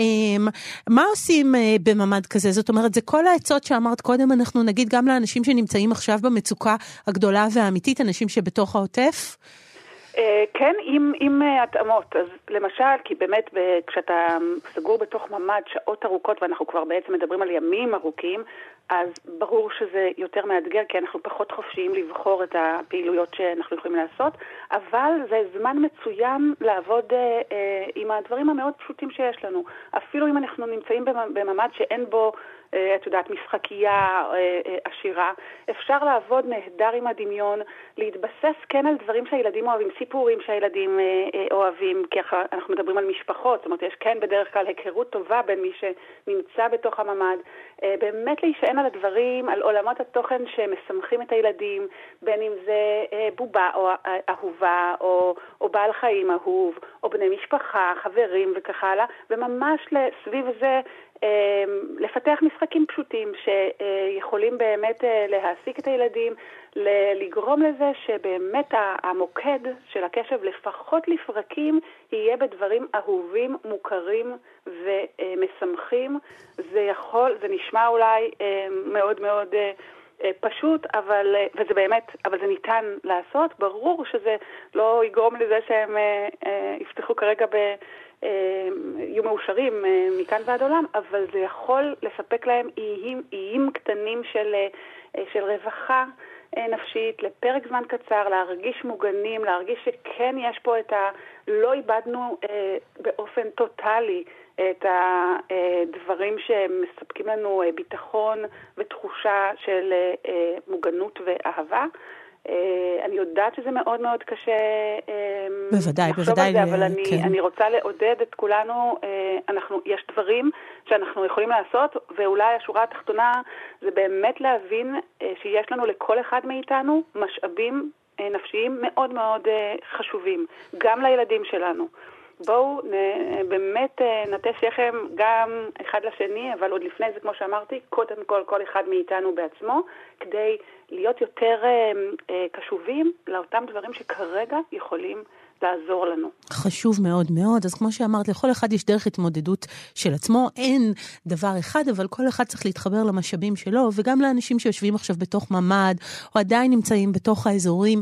מה עושים בממד כזה? זאת אומרת, זה כל העצות שאמרת קודם, אנחנו נגיד גם לאנשים שנמצאים עכשיו במצוקה הגדולה והאמיתית, אנשים שבתוך העוטף? כן, עם התאמות. אז למשל, כי באמת כשאתה סגור בתוך ממד שעות ארוכות, ואנחנו כבר בעצם מדברים על ימים ארוכים, אז ברור שזה יותר מאתגר, כי אנחנו פחות חופשיים לבחור את הפעילויות שאנחנו יכולים לעשות. אבל זה זמן מצוין לעבוד עם הדברים המאוד פשוטים שיש לנו. אפילו אם אנחנו נמצאים בממד שאין בו, את יודעת, משחקייה עשירה, אפשר לעבוד נהדר עם הדמיון, להתבסס כן על דברים שהילדים אוהבים, סיפורים שהילדים אוהבים, כי אנחנו מדברים על משפחות, זאת אומרת, יש כן בדרך כלל היכרות טובה בין מי שנמצא בתוך הממד, באמת להישען על הדברים, על עולמות התוכן שמשמחים את הילדים, בין אם זה בובה או אהובה, או בעל חיים אהוב, או בני משפחה, חברים וכך הלאה, וממש סביב זה לפתח משחקים פשוטים שיכולים באמת להעסיק את הילדים, לגרום לזה שבאמת המוקד של הקשב לפחות לפרקים יהיה בדברים אהובים, מוכרים ומשמחים. זה נשמע אולי מאוד מאוד פשוט, וזה באמת, אבל זה ניתן לעשות. ברור שזה לא יגרום לזה שהם יפתחו כרגע יהיו מאושרים מכאן ועד עולם, אבל זה יכול לספק להם איים קטנים של רווחה נפשית לפרק זמן קצר, להרגיש מוגנים, להרגיש שכן יש פה לא איבדנו באופן טוטלי את הדברים שמספקים לנו ביטחון ותחושה של מוגנות ואהבה. אני יודעת שזה מאוד מאוד קשה לחשוב על זה, אבל אני רוצה לעודד את כולנו, יש דברים שאנחנו יכולים לעשות, ואולי השורה התחתונה זה באמת להבין שיש לנו לכל אחד מאיתנו משאבים נפשיים מאוד מאוד חשובים, גם לילדים שלנו. בואו באמת נטה שכם גם אחד לשני, אבל עוד לפני זה, כמו שאמרתי, קודם כל אחד מאיתנו בעצמו, כדי להיות יותר קשובים לאותם דברים שכרגע יכולים לעזור לנו. חשוב מאוד מאוד. אז כמו שאמרת, לכל אחד יש דרך התמודדות של עצמו, אין דבר אחד, אבל כל אחד צריך להתחבר למשאבים שלו, וגם לאנשים שיושבים עכשיו בתוך ממד, או עדיין נמצאים בתוך האזורים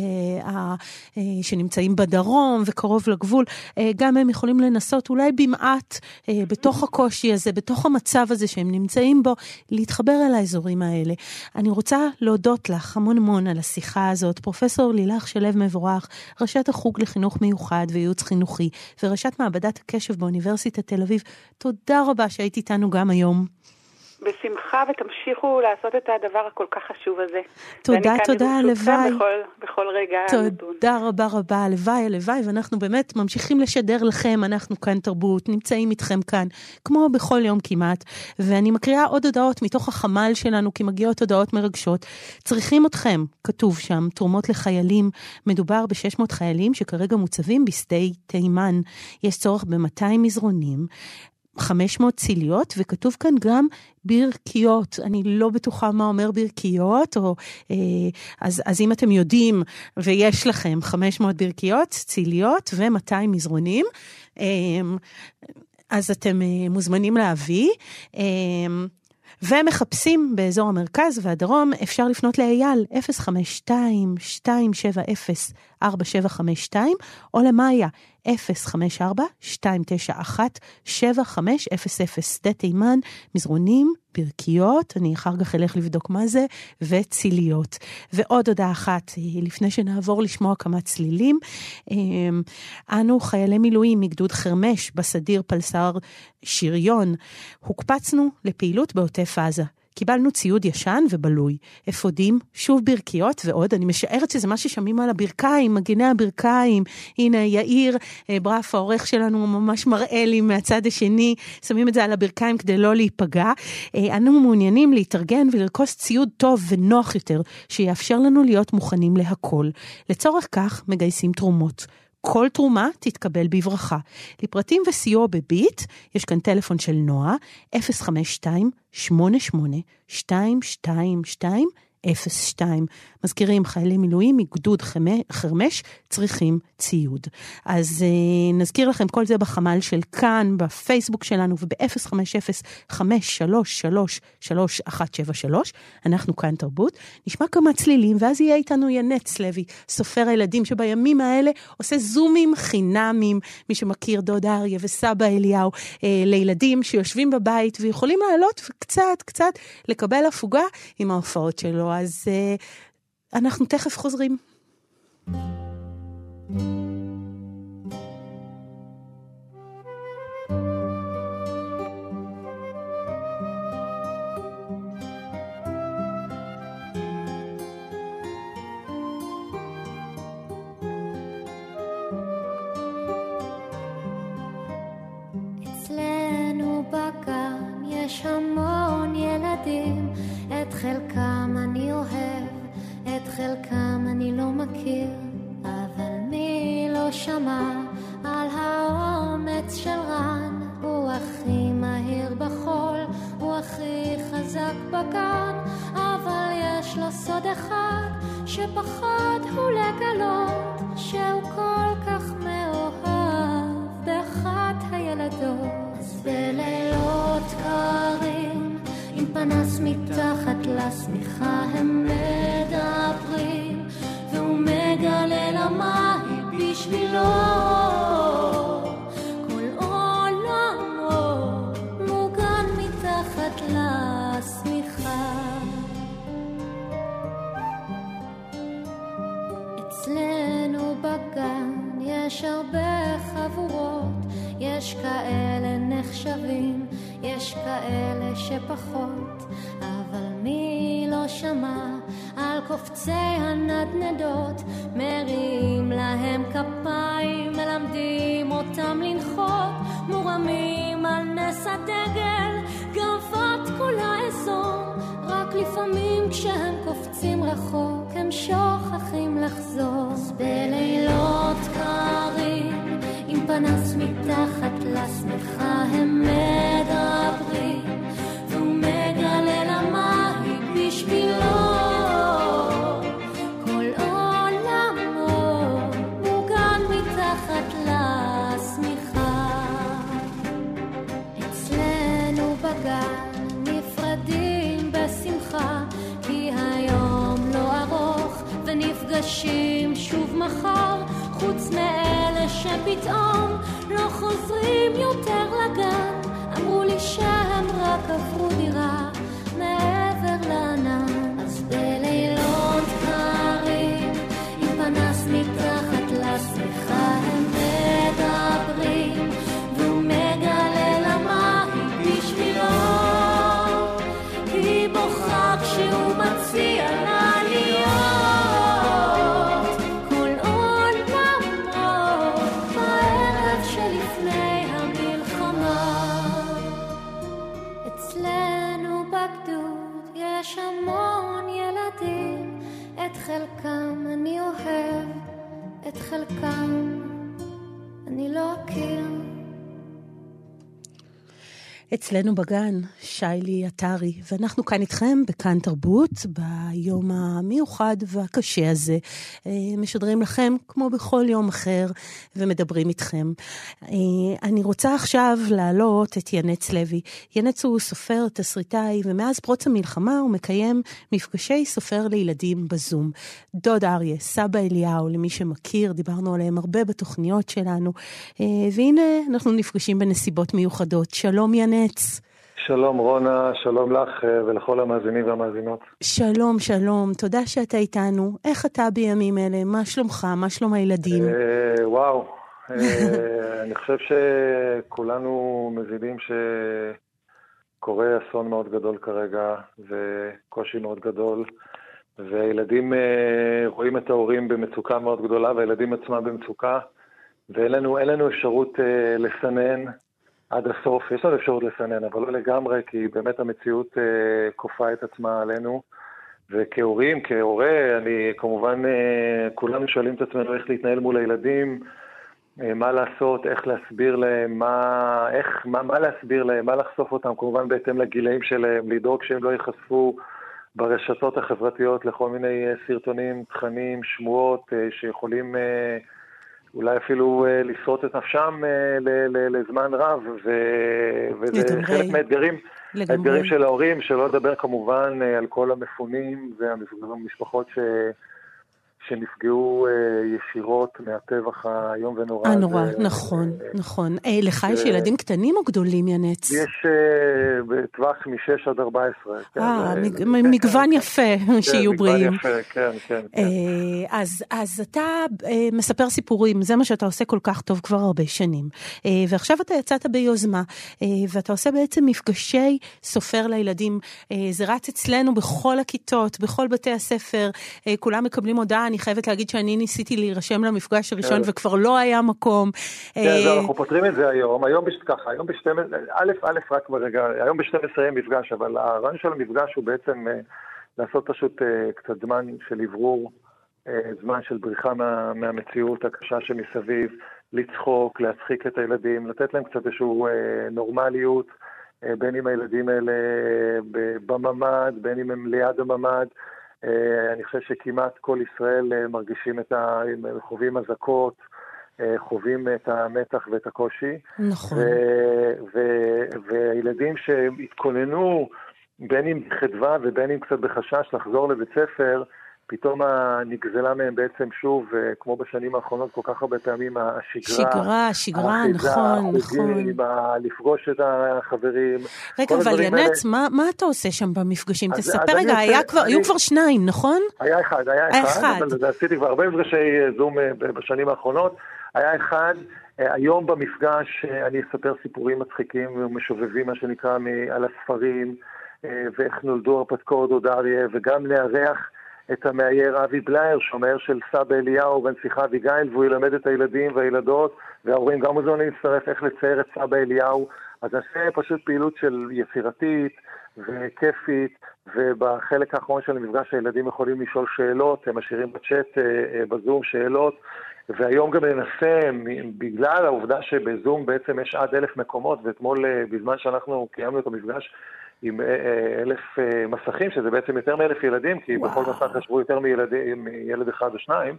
שנמצאים בדרום וקרוב לגבול, גם הם יכולים לנסות אולי במעט בתוך הקושי הזה, בתוך המצב הזה שהם נמצאים בו, להתחבר אל האזורים האלה. אני רוצה להודות לך המון על השיחה הזאת. פרופסור לילך שלו מבורך, ראשת החוג לחינוך מיוחד וייעוץ חינוכי, וראשת מעבדת הקשב באוניברסיטת תל אביב. תודה רבה שהיית איתנו גם היום. בשמחה, ותמשיכו לעשות את הדבר הכל כך חשוב הזה. תודה, הלוואי. בכל רגע. תודה רבה, הלוואי, ואנחנו באמת ממשיכים לשדר לכם, אנחנו כאן תרבות, נמצאים איתכם כאן, כמו בכל יום כמעט, ואני מקריאה עוד הודעות מתוך החמ"ל שלנו, כי מגיעות הודעות מרגשות. צריכים אתכם, כתוב שם, תרומות לחיילים, מדובר ב-600 חיילים שכרגע מוצבים בשדה תימן. יש צורך ב-200 מזרונים, 500 ציליות, וכתוב כאן גם ברכיות. אני לא בטוחה מה אומר ברכיות, אז אם אתם יודעים ויש לכם 500 ברכיות, ציליות ו200 מזרונים, אז אתם מוזמנים להביא. ומחפשים באזור המרכז והדרום, אפשר לפנות לאייל 052-270-4752 או למאיה 054-291-7500. שדה תימן, מזרונים, ברכיות, אני אחר כך אלך לבדוק מה זה, וציליות. ועוד הודעה אחת, לפני שנעבור לשמוע כמה צלילים, אנו חיילי מילואים מגדוד חרמש בסדיר פלסר שריון, הוקפצנו לפעילות בעוטף עזה. קיבלנו ציוד ישן ובלוי, אפודים, שוב ברכיות ועוד. אני משערת שזה מה ששמים על הברכיים, מגיני הברכיים. הנה יאיר ברף, העורך שלנו, ממש מראה לי מהצד השני, שמים את זה על הברכיים כדי לא להיפגע. אנו מעוניינים להתארגן ולרכוס ציוד טוב ונוח יותר, שיאפשר לנו להיות מוכנים להכל. לצורך כך מגייסים תרומות. כל תרומה תתקבל בברכה. לפרטים וסיוע בביט, יש כאן טלפון של נועה, 052-88-222-02. מזכירים, חיילי מילואים מגדוד חרמש צריכים ציוד. אז נזכיר לכם כל זה בחמ"ל של כאן, בפייסבוק שלנו, וב-056-533-3173. אנחנו כאן תרבות. נשמע כמה צלילים, ואז יהיה איתנו ינץ לוי, סופר הילדים שבימים האלה עושה זומים חינמים, מי שמכיר דודה אריה וסבא אליהו, לילדים שיושבים בבית ויכולים לעלות וקצת לקבל הפוגה עם ההופעות שלו. אז אנחנו תכף חוזרים. אצלנו בגן יש המון ילדים, את חלקם אני אוהב, את חלקם אני לא מכיר, אבל מי לא שמע על האומץ של רן? הוא הכי מהיר בחול, הוא הכי חזק בגן, אבל יש לו סוד אחד שפחד הוא לגלות, שהוא כל כך מאוהב באחת הילדות. אז בלילות קרים עם פנס מתחת לשמיכה הם מדברים, והוא מגלה למה היא בשבילו כל עולמו מוגן מתחת לשמיכה. אצלנו בגן יש הרבה חבורות, יש כאלה נחשבים, יש כאלה שפחות, אבל מי לא שמע על קופצי הנדנדות, מרים להם כפיים, מלמדים אותם לנחות, מורמים על נס הדגל, גאוות כל האזור, רק לפעמים כשהם קופצים רחוק הם שוכחים לחזור. אז בלילות קרים עם פנס מתחת לשמיכה הם מדברים, והוא מגלה למה היא בשבילו כל עולמו מוגן מתחת לשמיכה. אצלנו בגן נפרדים בשמחה, כי היום לא ארוך ונפגשים שוב מחר, חוץ מאלה שפתאום לא חוזרים יותר לגן, אמרו לי שהם רק עברו דירה מעבר לענן. אז בלילות קרים עם פנס מתחת לשמיכה הם מדברים, והוא מגלה למה היא בשבילו, היא בוכה כשהוא מציע לה להיות כל עולמו בערב שלפני המלחמה. אצלנו בגדוד יש המון ילדים, את חלקם אני אוהב, את חלקם אני לא אכיר. אצלנו בגן, שיילי עטרי, ואנחנו כאן איתכם בכאן תרבות, ביום המיוחד והקשה הזה, משדרים לכם כמו בכל יום אחר, ומדברים איתכם. אני רוצה עכשיו להעלות את ינץ לוי. ינץ הוא סופר, תסריטאי, ומאז פרוץ המלחמה הוא מקיים מפגשי סופר לילדים בזום. דוד אריה, סבא אליהו, למי שמכיר, דיברנו עליהם הרבה בתוכניות שלנו, והנה אנחנו נפגשים בנסיבות מיוחדות. שלום ינץ. שלום רונה, שלום לך ולכל המאזינים והמאזינות. שלום, שלום, תודה שאתה איתנו. איך אתה בימים אלה? מה שלומך? מה שלום הילדים? וואו, אני חושב שכולנו מבינים שקורה אסון מאוד גדול כרגע, וקושי מאוד גדול, והילדים רואים את ההורים במצוקה מאוד גדולה, והילדים עצמם במצוקה, ואין לנו אפשרות לסנן עד הסוף. יש לנו אפשרות לסנן, אבל לא לגמרי, כי באמת המציאות כופה את עצמה עלינו. וכהורים, כהורה, אני כמובן, כולנו שואלים את עצמנו איך להתנהל מול הילדים, מה לעשות, איך להסביר להם, מה להסביר להם, מה לחשוף אותם, כמובן בהתאם לגילאים שלהם, לדאוג שהם לא ייחשפו ברשתות החברתיות לכל מיני סרטונים, תכנים, שמועות שיכולים אולי אפילו לשרוט את נפשם לזמן רב, וזה חלק מהאתגרים, האתגרים של ההורים, שלא לדבר כמובן על כל המפונים והמשפחות שנפגעו ישירות מהטבח היום ונורא. נורא, נכון, נכון. לך יש ילדים קטנים או גדולים, ינץ? יש בטווח מ-6 עד 14. מגוון יפה שיהיו בריאים. כן. אז אתה מספר סיפורים, זה מה שאתה עושה כל כך טוב כבר הרבה שנים. ועכשיו אתה יצאת ביוזמה, ואתה עושה בעצם מפגשי סופר לילדים. זה רץ אצלנו בכל הכיתות, בכל בתי הספר, כולם מקבלים הודעה. אני חייבת להגיד שאני ניסיתי להירשם למפגש הראשון וכבר לא היה מקום. אנחנו פותרים את זה היום. היום ב-12 יהיה מפגש, אבל הרעיון של המפגש הוא בעצם לעשות פשוט קצת זמן של עברור, זמן של בריחה מהמציאות הקשה שמסביב, לצחוק, להצחיק את הילדים, לתת להם קצת איזשהו נורמליות, בין אם הילדים האלה בממד, בין אם הם ליד הממד. אני חושב שכמעט כל ישראל מרגישים חווים הזקות, חווים את המתח ואת הקושי. נכון. והילדים שהתכוננו, בין אם בחדווה ובין אם קצת בחשש לחזור לבית ספר, פתאום נגזלה מהם בעצם שוב, כמו בשנים האחרונות, כל כך הרבה פעמים שגרה, נכון. לפגוש את החברים. רגע, אבל ינץ, מה אתה עושה שם במפגשים? תספר רגע, היו כבר 2, נכון? היה אחד, אבל עשיתי כבר הרבה מפגשי זום בשנים האחרונות. היה אחד, היום במפגש אני אספר סיפורים מצחיקים ומשובבים, מה שנקרא, על הספרים, ואיך נולדו הרפתקאות עוד אריה, וגם לארח את המאייר אבי בלייר, שומר של סבא אליהו בנסיכה אביגיל, והוא ילמד את הילדים והילדות, וההורים גם מוזמנים להצטרף איך לצייר את סבא אליהו. אז נעשה פשוט פעילות של יצירתית וכיפית, ובחלק האחרון של המפגש הילדים יכולים לשאול שאלות, הם משאירים בצ'אט בזום שאלות, והיום גם ננסה, בגלל העובדה שבזום בעצם יש עד 1,000 מקומות, ואתמול בזמן שאנחנו קיימנו את המפגש, עם 1,000 מסכים, שזה בעצם יותר מ1,000 ילדים, כי בכל מסך חשבו יותר מילד אחד או שניים,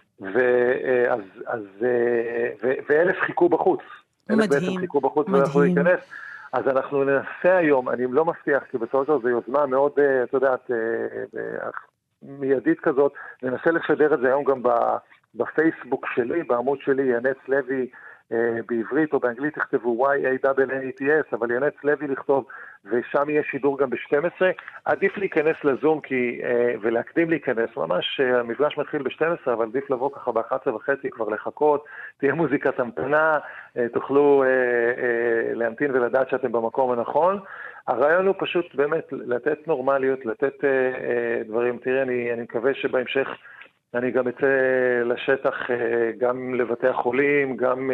ו1,000 חיכו בחוץ. מדהים. חיכו בחוץ ולא יכולו להיכנס. אז אנחנו ננסה היום, אני לא מבטיח, כי בסופו של דבר זו יוזמה מאוד, את יודעת, מיידית כזאת, ננסה לשדר את זה היום גם בפייסבוק שלי, בעמוד שלי, ינץ לוי, בעברית או באנגלית תכתבו YANNETS, אבל ינץ לוי לכתוב, ושם יהיה שידור גם ב-12. עדיף להיכנס לזום ולהקדים להיכנס, ממש המפגש מתחיל ב-12, אבל עדיף לבוא ככה ב-11:30 כבר לחכות, תהיה מוזיקת המתנה, תוכלו להמתין ולדעת שאתם במקום הנכון. הרעיון הוא פשוט באמת לתת נורמליות, לתת דברים. תראה, אני מקווה שבהמשך אני גם אצא לשטח, גם לבתי החולים, גם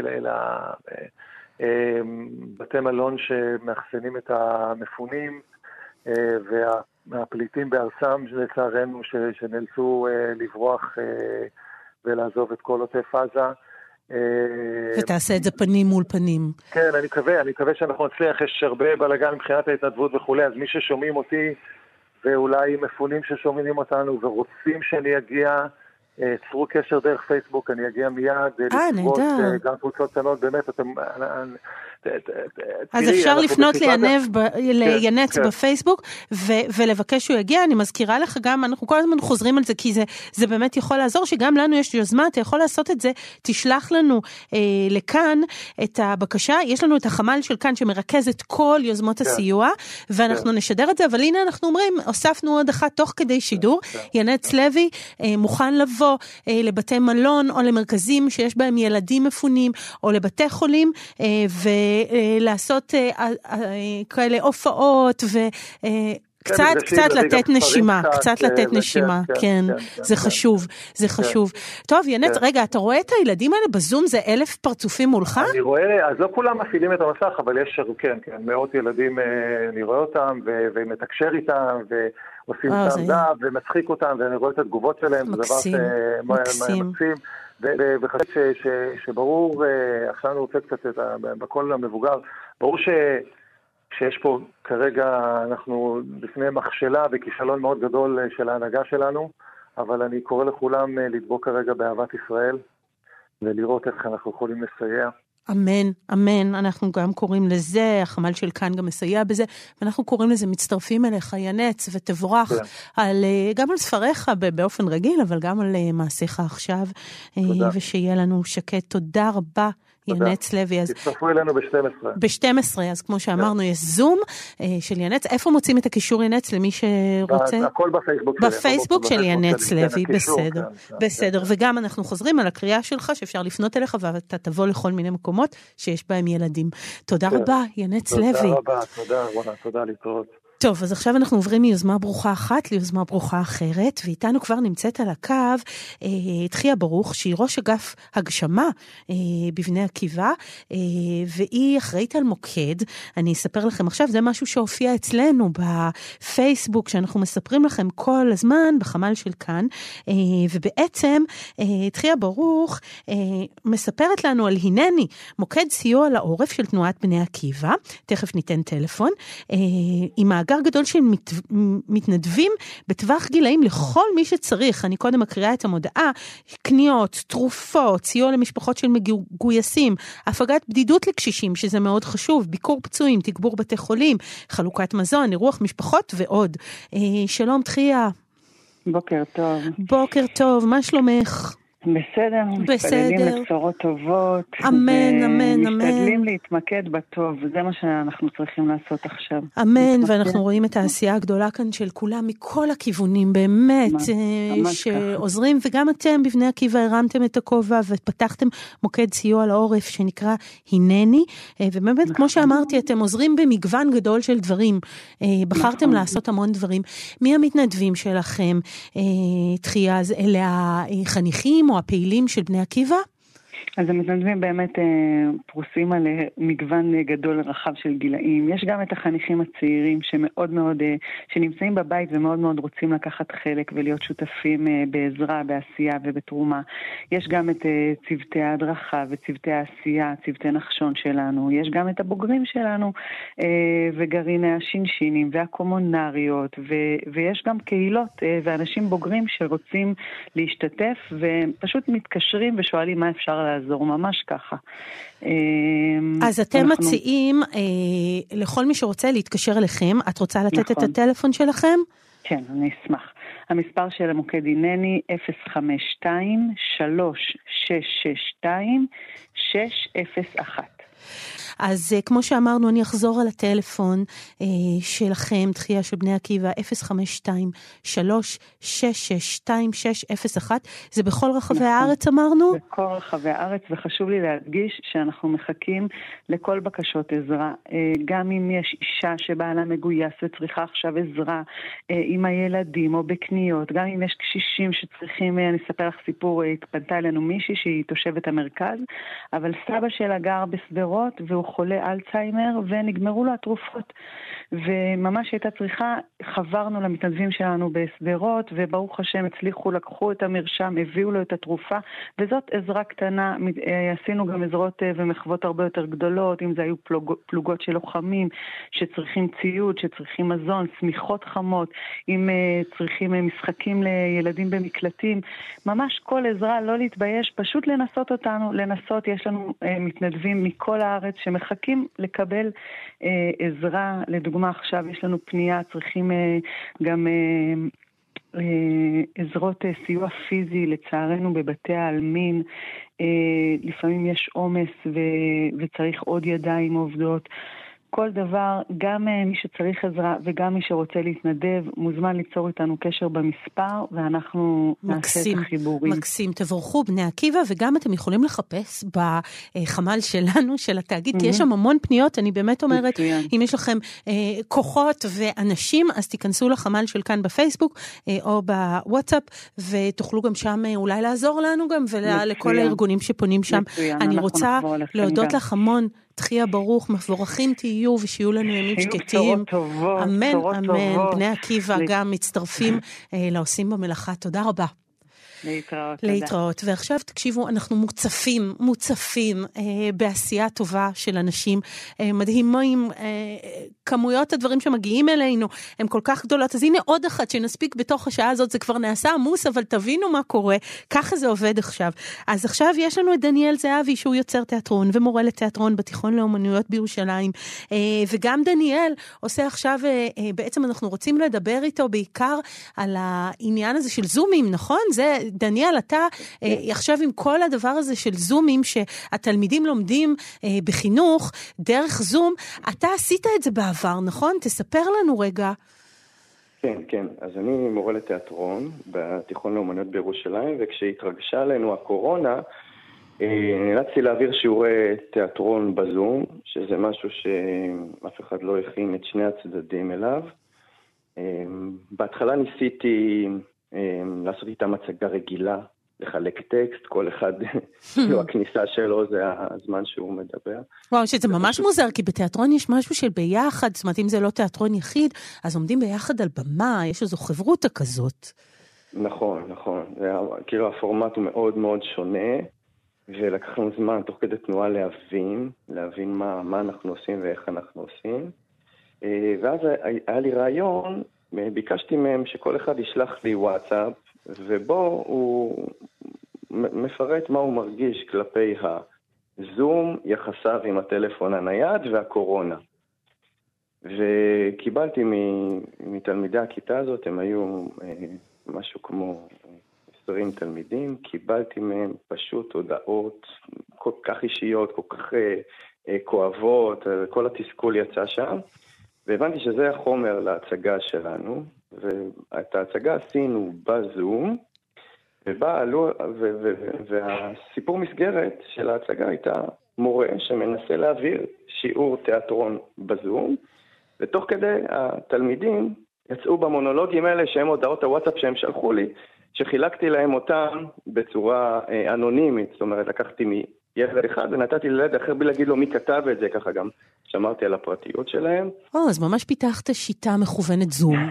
בתי מלון שמאחסנים את המפונים, והפליטים בארצם, לצערנו, שנאלצו לברוח ולעזוב את כל עוטף עזה. ותעשה את זה פנים מול פנים. כן, אני מקווה שאנחנו נצליח, יש הרבה בלגן מבחינת ההתנדבות וכו', אז מי ששומעים אותי, ואולי מפונים ששומעים אותנו ורוצים שאני אגיע, צרו קשר דרך פייסבוק, אני אגיע מיד, גם קבוצות קטנות, באמת, אז אפשר לפנות לינץ בפייסבוק, ולבקש שהוא יגיע. אני מזכירה לך גם, אנחנו כל הזמן חוזרים על זה, כי זה באמת יכול לעזור, שגם לנו יש יוזמה, אתה יכול לעשות את זה, תשלח לנו לכאן את הבקשה, יש לנו את החמ"ל של כאן, שמרכז את כל יוזמות הסיוע, ואנחנו נשדר את זה, אבל הנה אנחנו אומרים, הוספנו עוד אחת תוך כדי שידור, ינץ לוי מוכן לבוא לבתי מלון, או למרכזים שיש בהם ילדים מפונים, או לבתי חולים, ולעשות כאלה הופעות, קצת לתת נשימה, קצת לתת נשימה, כן, זה חשוב, זה חשוב. טוב, ינץ, רגע, אתה רואה את הילדים האלה בזום, זה 1,000 פרצופים מולך? אני רואה, אז לא כולם מפעילים את המסך, אבל יש, כן, מאות ילדים, אני רואה אותם, ומתקשר איתם, ועושים תעמדה, ומצחיק אותם, ואני רואה את התגובות שלהם, זה דבר מקסים. וחשב שברור, עכשיו אני רוצה קצת בכל המבוגר, ברור שיש פה כרגע, אנחנו לפני מכשלה וכישלון מאוד גדול של ההנהגה שלנו, אבל אני קורא לכולם לדבוק כרגע באהבת ישראל, ולראות איך אנחנו יכולים לסייע. אמן, אמן, אנחנו גם קוראים לזה, החמ"ל של כאן גם מסייע בזה, ואנחנו קוראים לזה מצטרפים אליך, ינץ, ותבורך, גם על ספריך באופן רגיל, אבל גם על מעשיך עכשיו, ושיהיה לנו שקט. תודה רבה, ינץ לוי. תצטרפו אלינו ב-12. ב-12, אז כמו שאמרנו, יש זום של ינץ. איפה מוצאים את הקישור ינץ למי שרוצה? הכל בפייסבוק. בפייסבוק של ינץ לוי, בסדר. בסדר, וגם אנחנו חוזרים על הקריאה שלך, שאפשר לפנות אליך, ואתה תבוא לכל מיני מקומות שיש בהם ילדים. תודה רבה, ינץ לוי. תודה רבה, תודה רונה, תודה להתראות. טוב, אז עכשיו אנחנו עוברים מיוזמה ברוכה אחת ליוזמה ברוכה אחרת, ואיתנו כבר נמצאת על הקו תחיה ברוך, שהיא ראש אגף הגשמה בבני עקיבא, והיא אחראית על מוקד. אני אספר לכם עכשיו, זה משהו שהופיע אצלנו בפייסבוק, שאנחנו מספרים לכם כל הזמן בחמ"ל של כאן, ובעצם תחיה ברוך מספרת לנו על הנני, מוקד סיוע לעורף של תנועת בני עקיבא. תכף ניתן טלפון, עם מאגר גדול של מתנדבים בטווח גילאים לכל מי שצריך. אני קודם מקריאה את המודעה: קניות, תרופות, סיוע למשפחות של מגויסים, הפגת בדידות לקשישים, שזה מאוד חשוב, ביקור פצועים, תגבור בתי חולים, חלוקת מזון, אירוח משפחות ועוד. שלום תחיה. בוקר טוב. בוקר טוב, מה שלומך? בסדר, מתפללים לבשורות טובות. אמן, אמן, אמן. משתדלים להתמקד בטוב, וזה מה שאנחנו צריכים לעשות עכשיו. אמן, ואנחנו רואים את העשייה הגדולה כאן של כולם מכל הכיוונים, באמת, שעוזרים, וגם אתם בבני עקיבא הרמתם את הכובע, ופתחתם מוקד סיוע לעורף שנקרא הנני, ובאמת, כמו שאמרתי, אתם עוזרים במגוון גדול של דברים, בחרתם לעשות המון דברים. מי המתנדבים שלכם, תחיה, אלה החניכים, או הפעילים של בני עקיבא? אז המתנדבים באמת פרוסים על מגוון גדול רחב של גילאים. יש גם את החניכים הצעירים שמאוד מאוד, שנמצאים בבית ומאוד מאוד רוצים לקחת חלק ולהיות שותפים בעזרה, בעשייה ובתרומה. יש גם את צוותי ההדרכה וצוותי העשייה, צוותי נחשון שלנו. יש גם את הבוגרים שלנו וגרעיני השינשינים והקומונריות, ויש גם קהילות ואנשים בוגרים שרוצים להשתתף ופשוט מתקשרים ושואלים מה אפשר לעזור. ממש ככה. אז אתם מציעים לכל מי שרוצה להתקשר אליכם. את רוצה לתת את הטלפון שלכם? כן, אני אשמח. המספר של המוקד הנני 052-3662-601. אז כמו שאמרנו, אני אחזור על הטלפון שלכם, תחיה של בני עקיבא, 052-3662-601. זה בכל רחבי הארץ אמרנו? בכל רחבי הארץ, וחשוב לי להדגיש שאנחנו מחכים לכל בקשות עזרה. גם אם יש אישה שבעלה מגויס וצריכה עכשיו עזרה עם הילדים או בקניות, גם אם יש קשישים שצריכים, אני אספר לך סיפור, התפנתה אלינו מישהי שהיא תושבת המרכז, אבל סבא שלה גר בסדרות והוא חולה אלצהיימר ונגמרו לו התרופות, וממש הייתה צריכה, חברנו למתנדבים שלנו בסדרות, וברוך השם הצליחו, לקחו את המרשם, הביאו לו את התרופה, וזאת עזרה קטנה. עשינו גם עזרות ומחוות הרבה יותר גדולות, אם זה היו פלוגות של לוחמים שצריכים ציוד, שצריכים מזון, סמיכות חמות, אם צריכים משחקים לילדים במקלטים, ממש כל עזרה, לא להתבייש, פשוט לנסות אותנו, לנסות. יש לנו מתנדבים מכל הארץ שמחכים לקבל עזרה. לדוגמה עכשיו יש לנו פנייה, צריכים גם עזרות סיוע פיזי לצערנו בבתי העלמין, לפעמים יש עומס וצריך עוד ידיים עובדות. כל דבר, גם מי שצריך עזרה וגם מי שרוצה להתנדב, מוזמן ליצור איתנו קשר במספר, ואנחנו נעשה את החיבורים. מקסים, תבורכו בני עקיבא, וגם אתם יכולים לחפש בחמ"ל שלנו, של התאגיד, כי יש שם המון פניות. אני באמת אומרת, אם יש לכם כוחות ואנשים, אז תיכנסו לחמ"ל של כאן בפייסבוק, או בוואטסאפ, ותוכלו גם שם אולי לעזור לנו גם, ולכל הארגונים שפונים שם. אני רוצה להודות לך המון, תחיה ברוך, מבורכים תהיו ושיהיו לנו ימים שקטים. אמן, אמן. בני עקיבא גם מצטרפים לעושים במלאכה. תודה רבה. להתראות. ועכשיו תקשיבו, אנחנו מוצפים בעשייה טובה של אנשים מדהימים, כמויות הדברים שמגיעים אלינו הם כל כך גדולות, אז הנה עוד אחת שנספיק בתוך השעה הזאת, זה כבר נעשה עמוס, אבל תבינו מה קורה, ככה זה עובד עכשיו. אז עכשיו יש לנו את דניאל זהבי, שהוא יוצר תיאטרון ומורה לתיאטרון בתיכון לאומנויות בירושלים, וגם דניאל עושה עכשיו, בעצם אנחנו רוצים לדבר איתו בעיקר על העניין הזה של זומים, נכון? זה, דניאל, אתה עכשיו עם כל הדבר הזה של זומים שהתלמידים לומדים בחינוך דרך זום, אתה עשית את זה בעבר, נכון? תספר לנו רגע. כן. אז אני מורה לתיאטרון בתיכון לאומנויות בירושלים, וכשהתרגשה עלינו הקורונה, נאלצתי להעביר שיעורי תיאטרון בזום, שזה משהו שאף אחד לא הכין את שני הצדדים אליו. בהתחלה ניסיתי לעשות איתם הצגה רגילה, לחלק טקסט, כל אחד, הכניסה שלו זה הזמן שהוא מדבר. וואו, שזה ממש מוזר, כי בתיאטרון יש משהו של ביחד, זאת אומרת, אם זה לא תיאטרון יחיד, אז עומדים ביחד על במה, יש איזו חברותה כזאת. נכון. כאילו הפורמט הוא מאוד מאוד שונה, ולקחנו זמן תוך כדי תנועה להבין מה אנחנו עושים ואיך אנחנו עושים. ואז היה לי רעיון, ביקשתי מהם שכל אחד ישלח לי וואטסאפ, ובו הוא מפרט מה הוא מרגיש כלפי הזום, יחסיו עם הטלפון הנייד והקורונה. וקיבלתי מתלמידי הכיתה הזאת, הם היו משהו כמו 20 תלמידים, קיבלתי מהם פשוט הודעות כל כך אישיות, כל כך כואבות, כל התסכול יצא שם, והבנתי שזה החומר להצגה שלנו, ואת ההצגה עשינו בזום, והסיפור מסגרת של ההצגה הייתה מורה שמנסה להעביר שיעור תיאטרון בזום, ותוך כדי התלמידים יצאו במונולוגים האלה שהם הודעות הוואטסאפ שהם שלחו לי, שחילקתי להם אותם בצורה אנונימית, זאת אומרת לקחתי מילד אחד ונתתי לילד אחר בלי להגיד לו מי כתב את זה, ככה גם שמרתי על הפרטיות שלהם. אז ממש פיתחת שיטה מכוונת זום.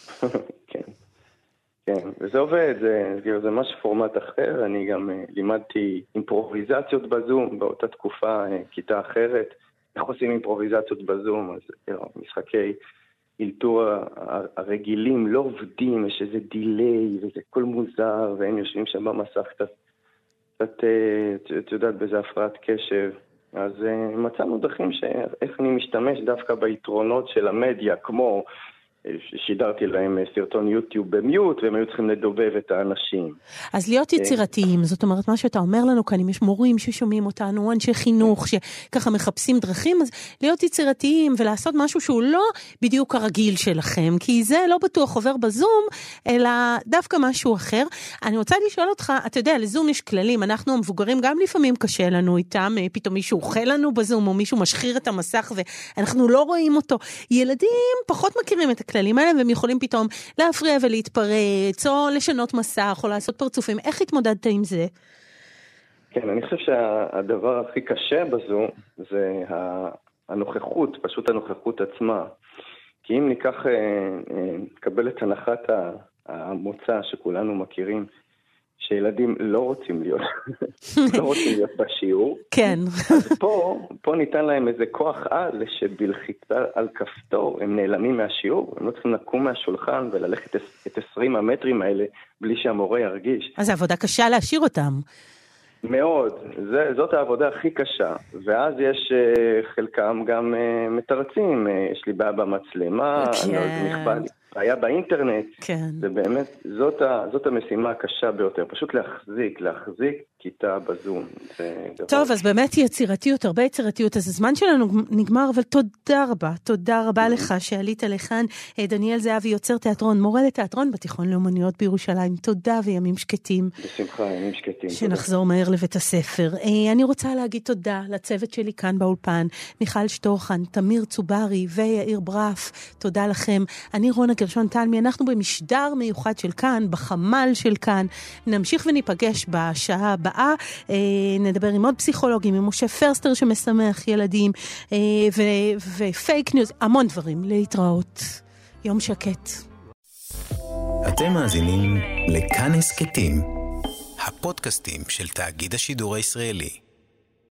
כן, וזה עובד, זה ממש פורמט אחר, אני גם לימדתי אימפרוביזציות בזום, באותה תקופה, כיתה אחרת, איך עושים אימפרוביזציות בזום, אז משחקי אילתור הרגילים לא עובדים, יש איזה דיליי, וזה כל מוזר, והם יושבים שם במסך קצת, את יודעת, באיזה הפרעת קשב, אז מצאנו דרכים איך אני משתמש דווקא ביתרונות של המדיה, כמו שידרתי להם סרטון יוטיוב במיוט, והם היו צריכים לדובב את האנשים. אז להיות יצירתיים, זאת אומרת, מה שאתה אומר לנו כאן, אם יש מורים ששומעים אותנו, אנשי חינוך שככה מחפשים דרכים, אז להיות יצירתיים ולעשות משהו שהוא לא בדיוק הרגיל שלכם, כי זה לא בטוח עובר בזום, אלא דווקא משהו אחר. אני רוצה לשאול אותך, אתה יודע, לזום יש כללים, אנחנו המבוגרים גם לפעמים קשה לנו איתם, פתאום מישהו אוכל לנו בזום, או מישהו משחיר את המסך ואנחנו לא רואים אותו. ילדים פחות מכירים את הכללים האלה, והם יכולים פתאום להפריע ולהתפרץ, או לשנות מסך, או לעשות פרצופים. איך התמודדת עם זה? כן, אני חושב שהדבר הכי קשה בזום, זה הנוכחות, פשוט הנוכחות עצמה. כי אם נקבל את הנחת המוצא שכולנו מכירים, שילדים לא רוצים להיות בשיעור. כן. אז פה ניתן להם איזה כוח על שבלחיצה על כפתור הם נעלמים מהשיעור, הם לא צריכים לקום מהשולחן וללכת את 20 המטרים האלה בלי שהמורה ירגיש. אז העבודה קשה להשאיר אותם. מאוד, זאת העבודה הכי קשה, ואז יש חלקם גם מתרצים, יש לי בעיה במצלמה, אני לא נכבה לי. היה באינטרנט, זה באמת, זאת המשימה הקשה ביותר, פשוט להחזיק כיתה בזום. טוב, אז באמת יצירתיות, הרבה יצירתיות, אז הזמן שלנו נגמר, אבל תודה רבה לך שעלית לכאן, דניאל זהבי, יוצר תיאטרון, מורה לתיאטרון בתיכון לאומנויות בירושלים, תודה וימים שקטים. בשמחה, ימים שקטים. שנחזור מהר לבית הספר. אני רוצה להגיד תודה לצוות שלי כאן באולפן, מיכל שטורחן, תמיר צוברי ויאיר ברף, תודה לכם. אני רונה גרשון תלמי, אנחנו במשדר מיוחד של כאן, בחמ"ל של כאן, נמשיך וניפגש בשעה הבאה, נדבר עם עוד פסיכולוגים, עם משה פרסטר שמשמח ילדים, ופייק ניוז, המון דברים, להתראות. יום שקט. אתם מאזינים לכאן הסכתים, הפודקאסטים של תאגיד השידור הישראלי.